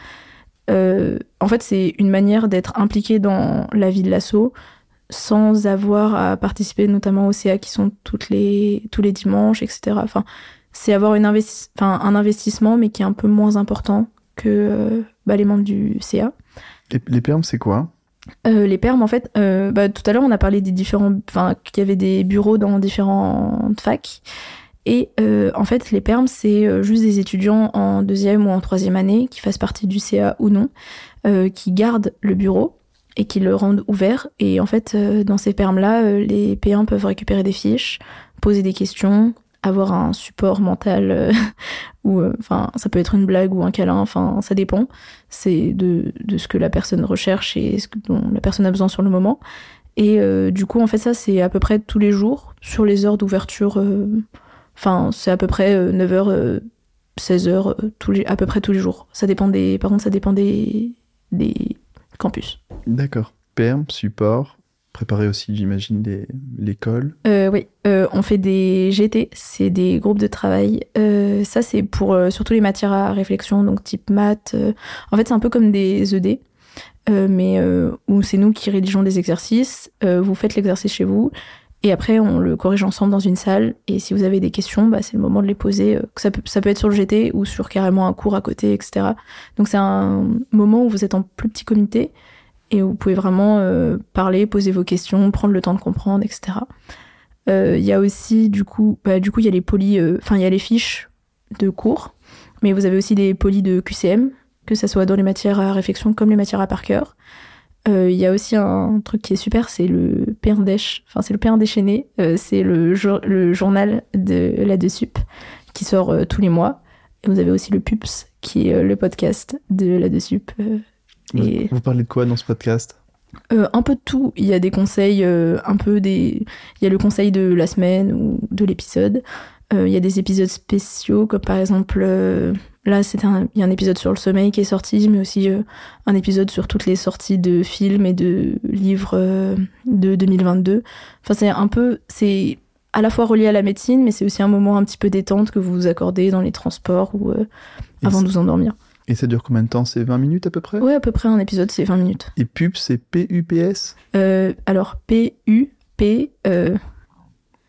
Euh, en fait, c'est une manière d'être impliqué dans la vie de l'asso sans avoir à participer notamment au C A qui sont toutes les, tous les dimanches, et cetera. Enfin, c'est avoir une investi- enfin, un investissement, mais qui est un peu moins important que euh, bah, les membres du C A. Les, les permes, c'est quoi ? euh, Les permes, en fait, euh, bah, tout à l'heure, on a parlé des différents... Enfin, qu'il y avait des bureaux dans différentes facs. Et euh, en fait, les permes, c'est euh, juste des étudiants en deuxième ou en troisième année qui fassent partie du C A ou non, euh, qui gardent le bureau et qui le rendent ouvert. Et en fait, euh, dans ces permes-là, euh, les P un peuvent récupérer des fiches, poser des questions, avoir un support mental, euh, ou enfin, euh, ça peut être une blague ou un câlin, enfin, ça dépend. C'est de, de ce que la personne recherche et ce dont la personne a besoin sur le moment. Et euh, du coup, en fait, ça, c'est à peu près tous les jours, sur les heures d'ouverture... Euh, Enfin, c'est à peu près euh, neuf heures, euh, seize heures, euh, tous les, à peu près tous les jours. Ça dépend des, par contre, ça dépend des, des campus. D'accord. Perm, support, préparer aussi, j'imagine, les, l'école. Euh, oui, euh, on fait des G T, c'est des groupes de travail. Euh, ça, c'est pour euh, surtout les matières à réflexion, donc type maths. Euh, en fait, c'est un peu comme des E D, euh, mais euh, où c'est nous qui rédigeons des exercices. Euh, vous faites l'exercice chez vous. Et après, on le corrige ensemble dans une salle. Et si vous avez des questions, bah, c'est le moment de les poser. Ça peut, ça peut être sur le G T ou sur carrément un cours à côté, et cetera. Donc c'est un moment où vous êtes en plus petit comité et où vous pouvez vraiment euh, parler, poser vos questions, prendre le temps de comprendre, et cetera. Il euh, y a aussi, du coup, bah, du coup, il y a les polis, enfin, euh, il y a les fiches de cours, mais vous avez aussi des polis de Q C M, que ça soit dans les matières à réflexion comme les matières à par cœur. Il euh, y a aussi un truc qui est super, c'est le P un Dèche, enfin c'est le P un déchaîné, euh, c'est le, jour, le journal de la deux sup qui sort euh, tous les mois. Et vous avez aussi le Pups, qui est euh, le podcast de la deux sup. Euh, vous, et... vous parlez de quoi dans ce podcast ? euh, Un peu de tout. Il y a des conseils, euh, un peu des... Il y a le conseil de la semaine ou de l'épisode. Euh, il y a des épisodes spéciaux, comme par exemple... Euh, Là, c'est un, il y a un épisode sur le sommeil qui est sorti, mais aussi euh, un épisode sur toutes les sorties de films et de livres euh, de deux mille vingt-deux. Enfin, c'est un peu, c'est à la fois relié à la médecine, mais c'est aussi un moment un petit peu détente que vous vous accordez dans les transports ou euh, avant de vous endormir. Et ça dure combien de temps ? C'est vingt minutes à peu près ? Ouais, à peu près un épisode, c'est vingt minutes. Et P U P, c'est P U P S ? euh, Alors, P U P... Euh, apostrophe ?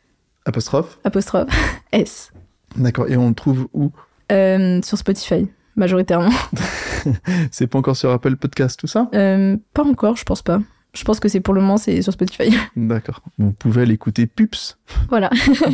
Apostrophe S. D'accord, et on le trouve où ? Euh, sur Spotify, majoritairement. C'est pas encore sur Apple Podcast, tout ça ? euh, Pas encore, je pense pas. Je pense que c'est pour le moment, c'est sur Spotify. D'accord. Vous pouvez aller écouter Pups. Voilà.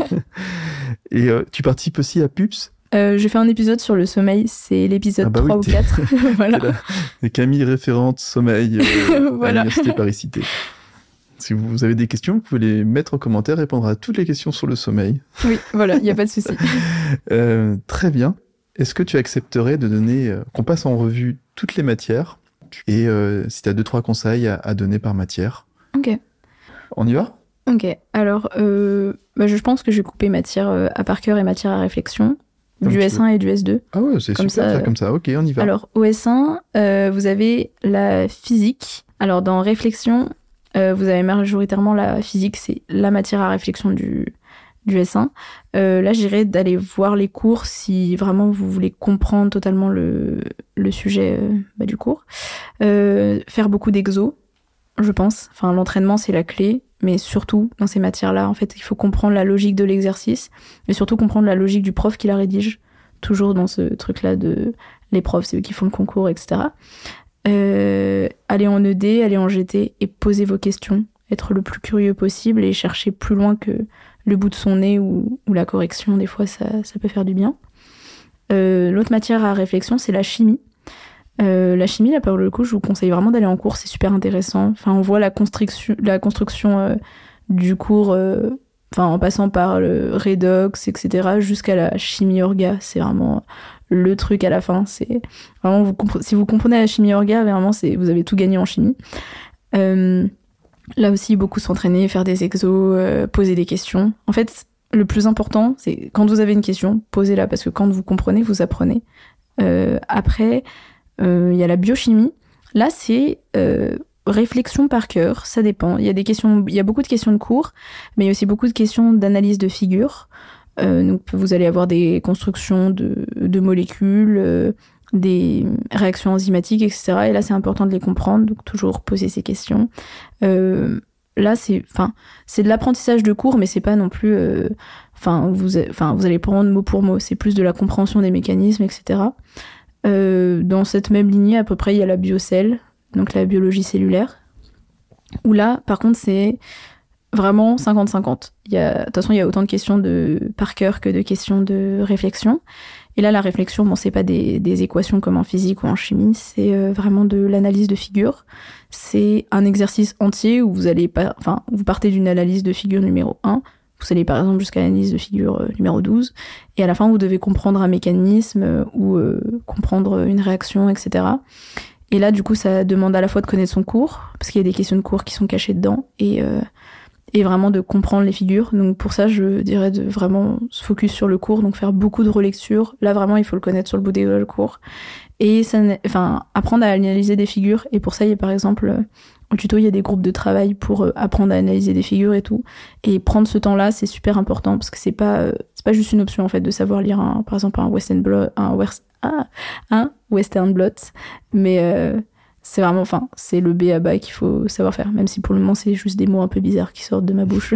Et euh, tu participes aussi à Pups ? euh, J'ai fait un épisode sur le sommeil, c'est l'épisode ah bah trois oui, ou quatre. Voilà. Et Camille, référente sommeil euh, voilà. à l'Université Paris-Cité. Si vous avez des questions, vous pouvez les mettre en commentaire, répondre à toutes les questions sur le sommeil. Oui, voilà, il n'y a pas de souci. euh, très bien. Est-ce que tu accepterais de donner, euh, qu'on passe en revue toutes les matières et euh, si tu as deux, trois conseils à, à donner par matière? Ok. On y va? Ok. Alors, euh, bah, je pense que je vais couper matière euh, à par cœur et matière à réflexion, Comme du tu S un veux. et du S deux. Ah ouais, c'est Comme super ça, de faire euh, comme ça. Ok, on y va. Alors, au S un, euh, vous avez la physique. Alors, dans réflexion, euh, vous avez majoritairement la physique, c'est la matière à réflexion du, du S un. Euh, là, j'irais d'aller voir les cours si vraiment vous voulez comprendre totalement le, le sujet euh, bah, du cours. Euh, faire beaucoup d'exos, je pense. Enfin, l'entraînement, c'est la clé. Mais surtout, dans ces matières-là, en fait, il faut comprendre la logique de l'exercice et surtout comprendre la logique du prof qui la rédige. Toujours dans ce truc-là de les profs, c'est eux qui font le concours, et cetera. Euh, allez en E D, allez en G T et posez vos questions. Être le plus curieux possible et chercher plus loin que le bout de son nez ou, ou la correction. Des fois, ça, ça peut faire du bien. Euh, l'autre matière à réflexion, c'est la chimie. Euh, la chimie, là, pour le coup, je vous conseille vraiment d'aller en cours, c'est super intéressant. Enfin, on voit la construction, la construction euh, du cours, euh, enfin, en passant par le redox, et cetera, jusqu'à la chimie orga. C'est vraiment le truc à la fin. C'est vraiment, vous compre- si vous comprenez la chimie orga, vraiment, c'est, vous avez tout gagné en chimie. Euh, là aussi, beaucoup s'entraîner, faire des exos, euh, poser des questions. En fait, le plus important, c'est quand vous avez une question, posez-la, parce que quand vous comprenez, vous apprenez. Euh, après, il euh, y a la biochimie. Là, c'est euh, réflexion par cœur, ça dépend. Il y a des questions, il y a beaucoup de questions de cours, mais il y a aussi beaucoup de questions d'analyse de figures. Euh, donc, vous allez avoir des constructions de, de molécules, euh, des réactions enzymatiques, et cetera. Et là, c'est important de les comprendre, donc toujours poser ces questions. Euh, là, c'est, enfin, c'est de l'apprentissage de cours, mais c'est pas non plus, enfin, euh, vous, enfin, vous allez prendre mot pour mot. C'est plus de la compréhension des mécanismes, et cetera. Euh, dans cette même lignée, à peu près, il y a la biocell, donc la biologie cellulaire, où là, par contre, c'est vraiment cinquante cinquante. Il y a, de toute façon, il y a autant de questions de par cœur que de questions de réflexion. Et là, la réflexion, bon, c'est pas des, des équations comme en physique ou en chimie, c'est euh, vraiment de l'analyse de figures. C'est un exercice entier où vous allez pas, enfin, vous partez d'une analyse de figure numéro un, vous allez par exemple jusqu'à l'analyse de figure euh, numéro douze, et à la fin, vous devez comprendre un mécanisme euh, ou euh, comprendre une réaction, et cetera. Et là, du coup, ça demande à la fois de connaître son cours, parce qu'il y a des questions de cours qui sont cachées dedans, et, euh, et vraiment de comprendre les figures. Donc pour ça, je dirais de vraiment se focus sur le cours, donc faire beaucoup de relectures. Là, vraiment, il faut le connaître sur le bout des doigts, le cours. Et ça, enfin, apprendre à analyser des figures. Et pour ça, il y a par exemple, euh, au tuto, il y a des groupes de travail pour euh, apprendre à analyser des figures et tout. Et prendre ce temps-là, c'est super important, parce que c'est pas, euh, c'est pas juste une option, en fait, de savoir lire, un, par exemple, un Western Blot, un, West, ah, un Western Blot. Mais euh, c'est vraiment, enfin, c'est le B à bas qu'il faut savoir faire, même si pour le moment, c'est juste des mots un peu bizarres qui sortent de ma bouche.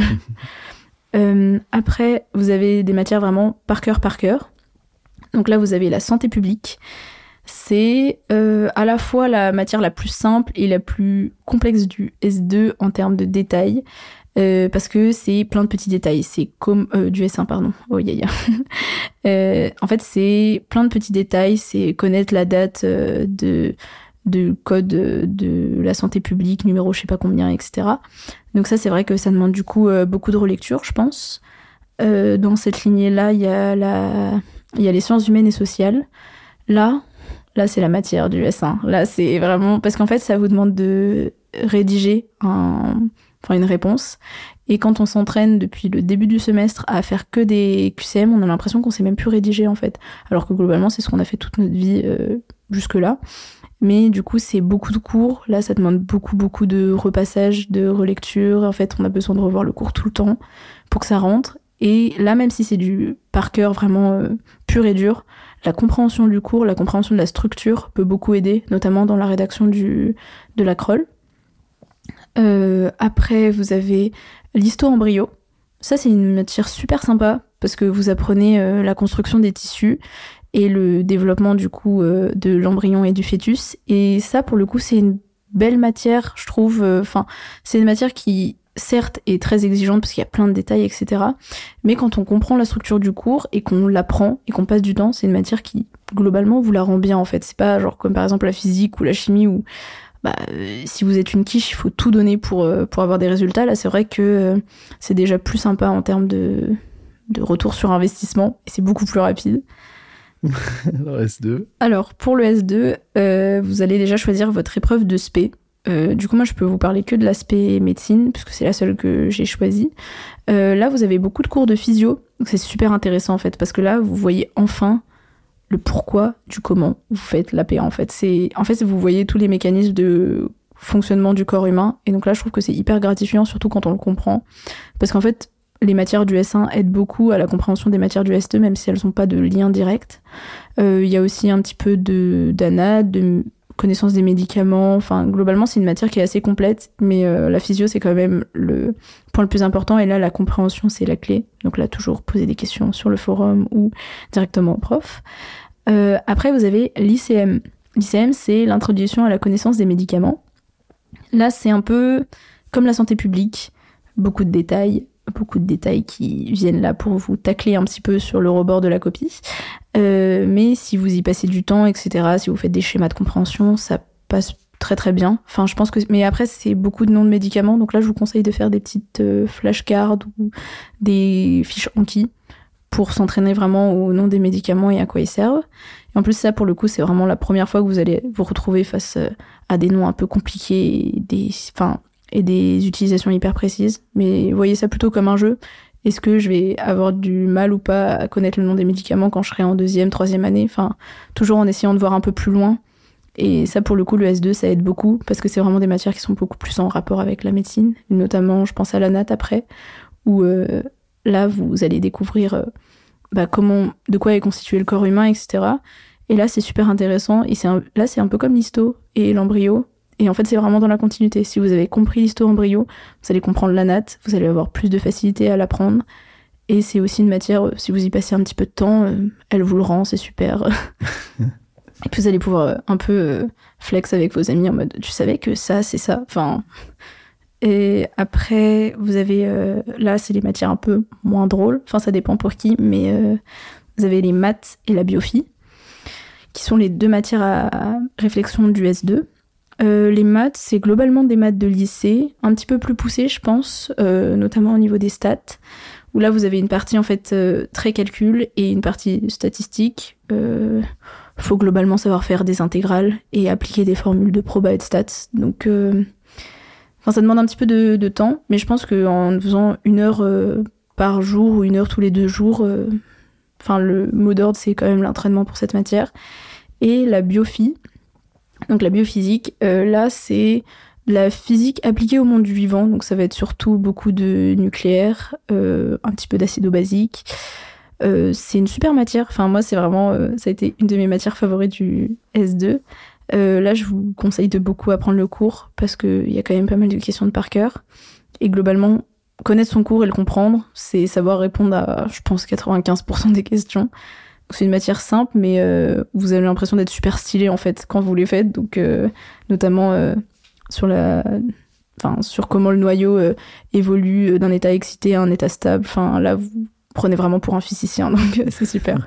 euh, après, vous avez des matières vraiment par cœur, par cœur. Donc là, vous avez la santé publique. C'est euh, à la fois la matière la plus simple et la plus complexe du S deux en termes de détails, euh, parce que c'est plein de petits détails. C'est comme euh, du S un, pardon. Oh, yeah, yeah. euh, en fait, c'est plein de petits détails. C'est connaître la date euh, de de code de la santé publique, numéro je sais pas combien, et cetera. Donc ça, c'est vrai que ça demande du coup euh, beaucoup de relecture, je pense. Euh, dans cette lignée-là, il y a la, il y a les sciences humaines et sociales. Là, Là, c'est la matière du S un. Là, c'est vraiment... Parce qu'en fait, ça vous demande de rédiger un... enfin, une réponse. Et quand on s'entraîne depuis le début du semestre à faire que des Q C M, on a l'impression qu'on sait même plus rédiger, en fait. Alors que globalement, c'est ce qu'on a fait toute notre vie euh, jusque-là. Mais du coup, c'est beaucoup de cours. Là, ça demande beaucoup, beaucoup de repassage, de relecture. En fait, on a besoin de revoir le cours tout le temps pour que ça rentre. Et là, même si c'est du par cœur vraiment euh, pur et dur, la compréhension du cours, la compréhension de la structure peut beaucoup aider, notamment dans la rédaction du, de la C R O L. Euh, après, vous avez l'histo-embryo. Ça, c'est une matière super sympa parce que vous apprenez euh, la construction des tissus et le développement du coup euh, de l'embryon et du fœtus. Et ça, pour le coup, c'est une belle matière, je trouve. Enfin, euh, c'est une matière qui certes est très exigeante parce qu'il y a plein de détails, et cetera. Mais quand on comprend la structure du cours et qu'on l'apprend et qu'on passe du temps, c'est une matière qui, globalement, vous la rend bien, en fait. C'est pas genre comme par exemple la physique ou la chimie où, bah, euh, si vous êtes une quiche, il faut tout donner pour, euh, pour avoir des résultats. Là, c'est vrai que euh, c'est déjà plus sympa en termes de, de retour sur investissement et c'est beaucoup plus rapide. Alors S deux. Alors, pour le S deux, euh, vous allez déjà choisir votre épreuve de spé. Euh, du coup, moi, je peux vous parler que de l'aspect médecine, puisque c'est la seule que j'ai choisie. Euh, là, vous avez beaucoup de cours de physio, donc c'est super intéressant, en fait, parce que là, vous voyez enfin le pourquoi du comment vous faites l'A P A, en fait. C'est, en fait, vous voyez tous les mécanismes de fonctionnement du corps humain, et donc là, je trouve que c'est hyper gratifiant, surtout quand on le comprend, parce qu'en fait, les matières du S un aident beaucoup à la compréhension des matières du S deux, même si elles n'ont pas de lien direct. Il euh, y a aussi un petit peu de, d'anat, de connaissance des médicaments. Enfin, globalement, c'est une matière qui est assez complète, mais euh, la physio, c'est quand même le point le plus important. Et là, la compréhension, c'est la clé. Donc là, toujours poser des questions sur le forum ou directement au prof. Euh, après, vous avez l'I C M. L'I C M, c'est l'introduction à la connaissance des médicaments. Là, c'est un peu comme la santé publique. Beaucoup de détails. beaucoup de détails qui viennent là pour vous tacler un petit peu sur le rebord de la copie. Euh, mais si vous y passez du temps, et cetera, si vous faites des schémas de compréhension, ça passe très très bien. Enfin, je pense que... Mais après, c'est beaucoup de noms de médicaments, donc là, je vous conseille de faire des petites euh, flashcards ou des fiches Anki pour s'entraîner vraiment au nom des médicaments et à quoi ils servent. Et en plus, ça, pour le coup, c'est vraiment la première fois que vous allez vous retrouver face à des noms un peu compliqués, des... Enfin, et des utilisations hyper précises. Mais voyez ça plutôt comme un jeu. Est-ce que je vais avoir du mal ou pas à connaître le nom des médicaments quand je serai en deuxième, troisième année ? Enfin, toujours en essayant de voir un peu plus loin. Et ça, pour le coup, le S deux, ça aide beaucoup, parce que c'est vraiment des matières qui sont beaucoup plus en rapport avec la médecine. Et notamment, je pense à l'anat après, où euh, là, vous allez découvrir euh, bah, comment, de quoi est constitué le corps humain, et cetera. Et là, c'est super intéressant. Et c'est un, là, c'est un peu comme l'histo et l'embryo. Et en fait, c'est vraiment dans la continuité. Si vous avez compris l'histo-embryo, vous allez comprendre l'anat, vous allez avoir plus de facilité à l'apprendre. Et c'est aussi une matière, si vous y passez un petit peu de temps, euh, elle vous le rend, c'est super. Et puis vous allez pouvoir euh, un peu euh, flex avec vos amis en mode, tu savais que ça, c'est ça. Enfin, et après, vous avez, euh, là, c'est les matières un peu moins drôles. Enfin, ça dépend pour qui, mais euh, vous avez les maths et la biophie, qui sont les deux matières à réflexion du S deux. Euh, les maths, c'est globalement des maths de lycée, un petit peu plus poussées, je pense, euh, notamment au niveau des stats, où là, vous avez une partie, en fait, euh, très calcul et une partie statistique. Il euh, faut globalement savoir faire des intégrales et appliquer des formules de proba et de stats. Donc, euh, ça demande un petit peu de, de temps, mais je pense qu'en faisant une heure euh, par jour ou une heure tous les deux jours, enfin, euh, le mot d'ordre, c'est quand même l'entraînement pour cette matière. Et la biophie, donc la biophysique, euh, là, c'est la physique appliquée au monde du vivant. Donc ça va être surtout beaucoup de nucléaire, euh, un petit peu d'acido-basique. Euh, c'est une super matière. Enfin, moi, c'est vraiment... Euh, ça a été une de mes matières favorites du S deux. Euh, là, je vous conseille de beaucoup apprendre le cours parce qu'il y a quand même pas mal de questions de par cœur. Et globalement, connaître son cours et le comprendre, c'est savoir répondre à, je pense, quatre-vingt-quinze pour cent des questions. C'est une matière simple, mais euh, vous avez l'impression d'être super stylé en fait quand vous les faites. Donc, euh, notamment euh, sur la, enfin sur comment le noyau euh, évolue d'un état excité à un état stable. Enfin là, vous prenez vraiment pour un physicien, donc euh, c'est super.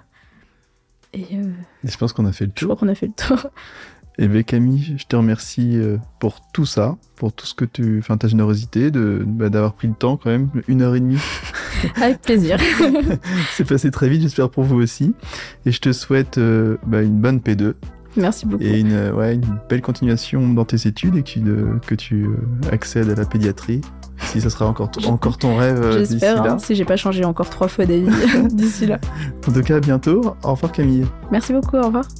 Et, euh, Et je pense qu'on a fait le tour. Je crois qu'on a fait le tour. Et bien Camille, je te remercie pour tout ça, pour tout ce que tu, enfin ta générosité de bah, d'avoir pris le temps quand même, une heure et demie. Avec plaisir. C'est passé très vite, j'espère pour vous aussi. Et je te souhaite euh, bah, une bonne P deux. Merci beaucoup. Et une, ouais, une belle continuation dans tes études et que tu, euh, que tu euh, accèdes à la pédiatrie. Si ça sera encore, t- encore ton rêve euh, d'ici là. J'espère, hein, si j'ai pas changé encore trois fois d'avis d'ici là. En tout cas, à bientôt. Au revoir Camille. Merci beaucoup, au revoir.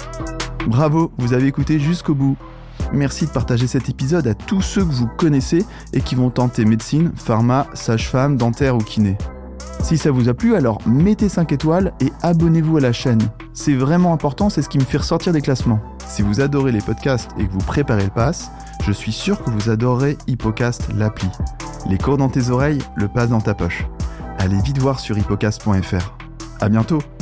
Bravo, vous avez écouté jusqu'au bout. Merci de partager cet épisode à tous ceux que vous connaissez et qui vont tenter médecine, pharma, sage-femme, dentaire ou kiné. Si ça vous a plu, alors mettez cinq étoiles et abonnez-vous à la chaîne. C'est vraiment important, c'est ce qui me fait ressortir des classements. Si vous adorez les podcasts et que vous préparez le pass, je suis sûr que vous adorerez Hippocast, l'appli. Les cours dans tes oreilles, le pass dans ta poche. Allez vite voir sur hippocast point f r. À bientôt.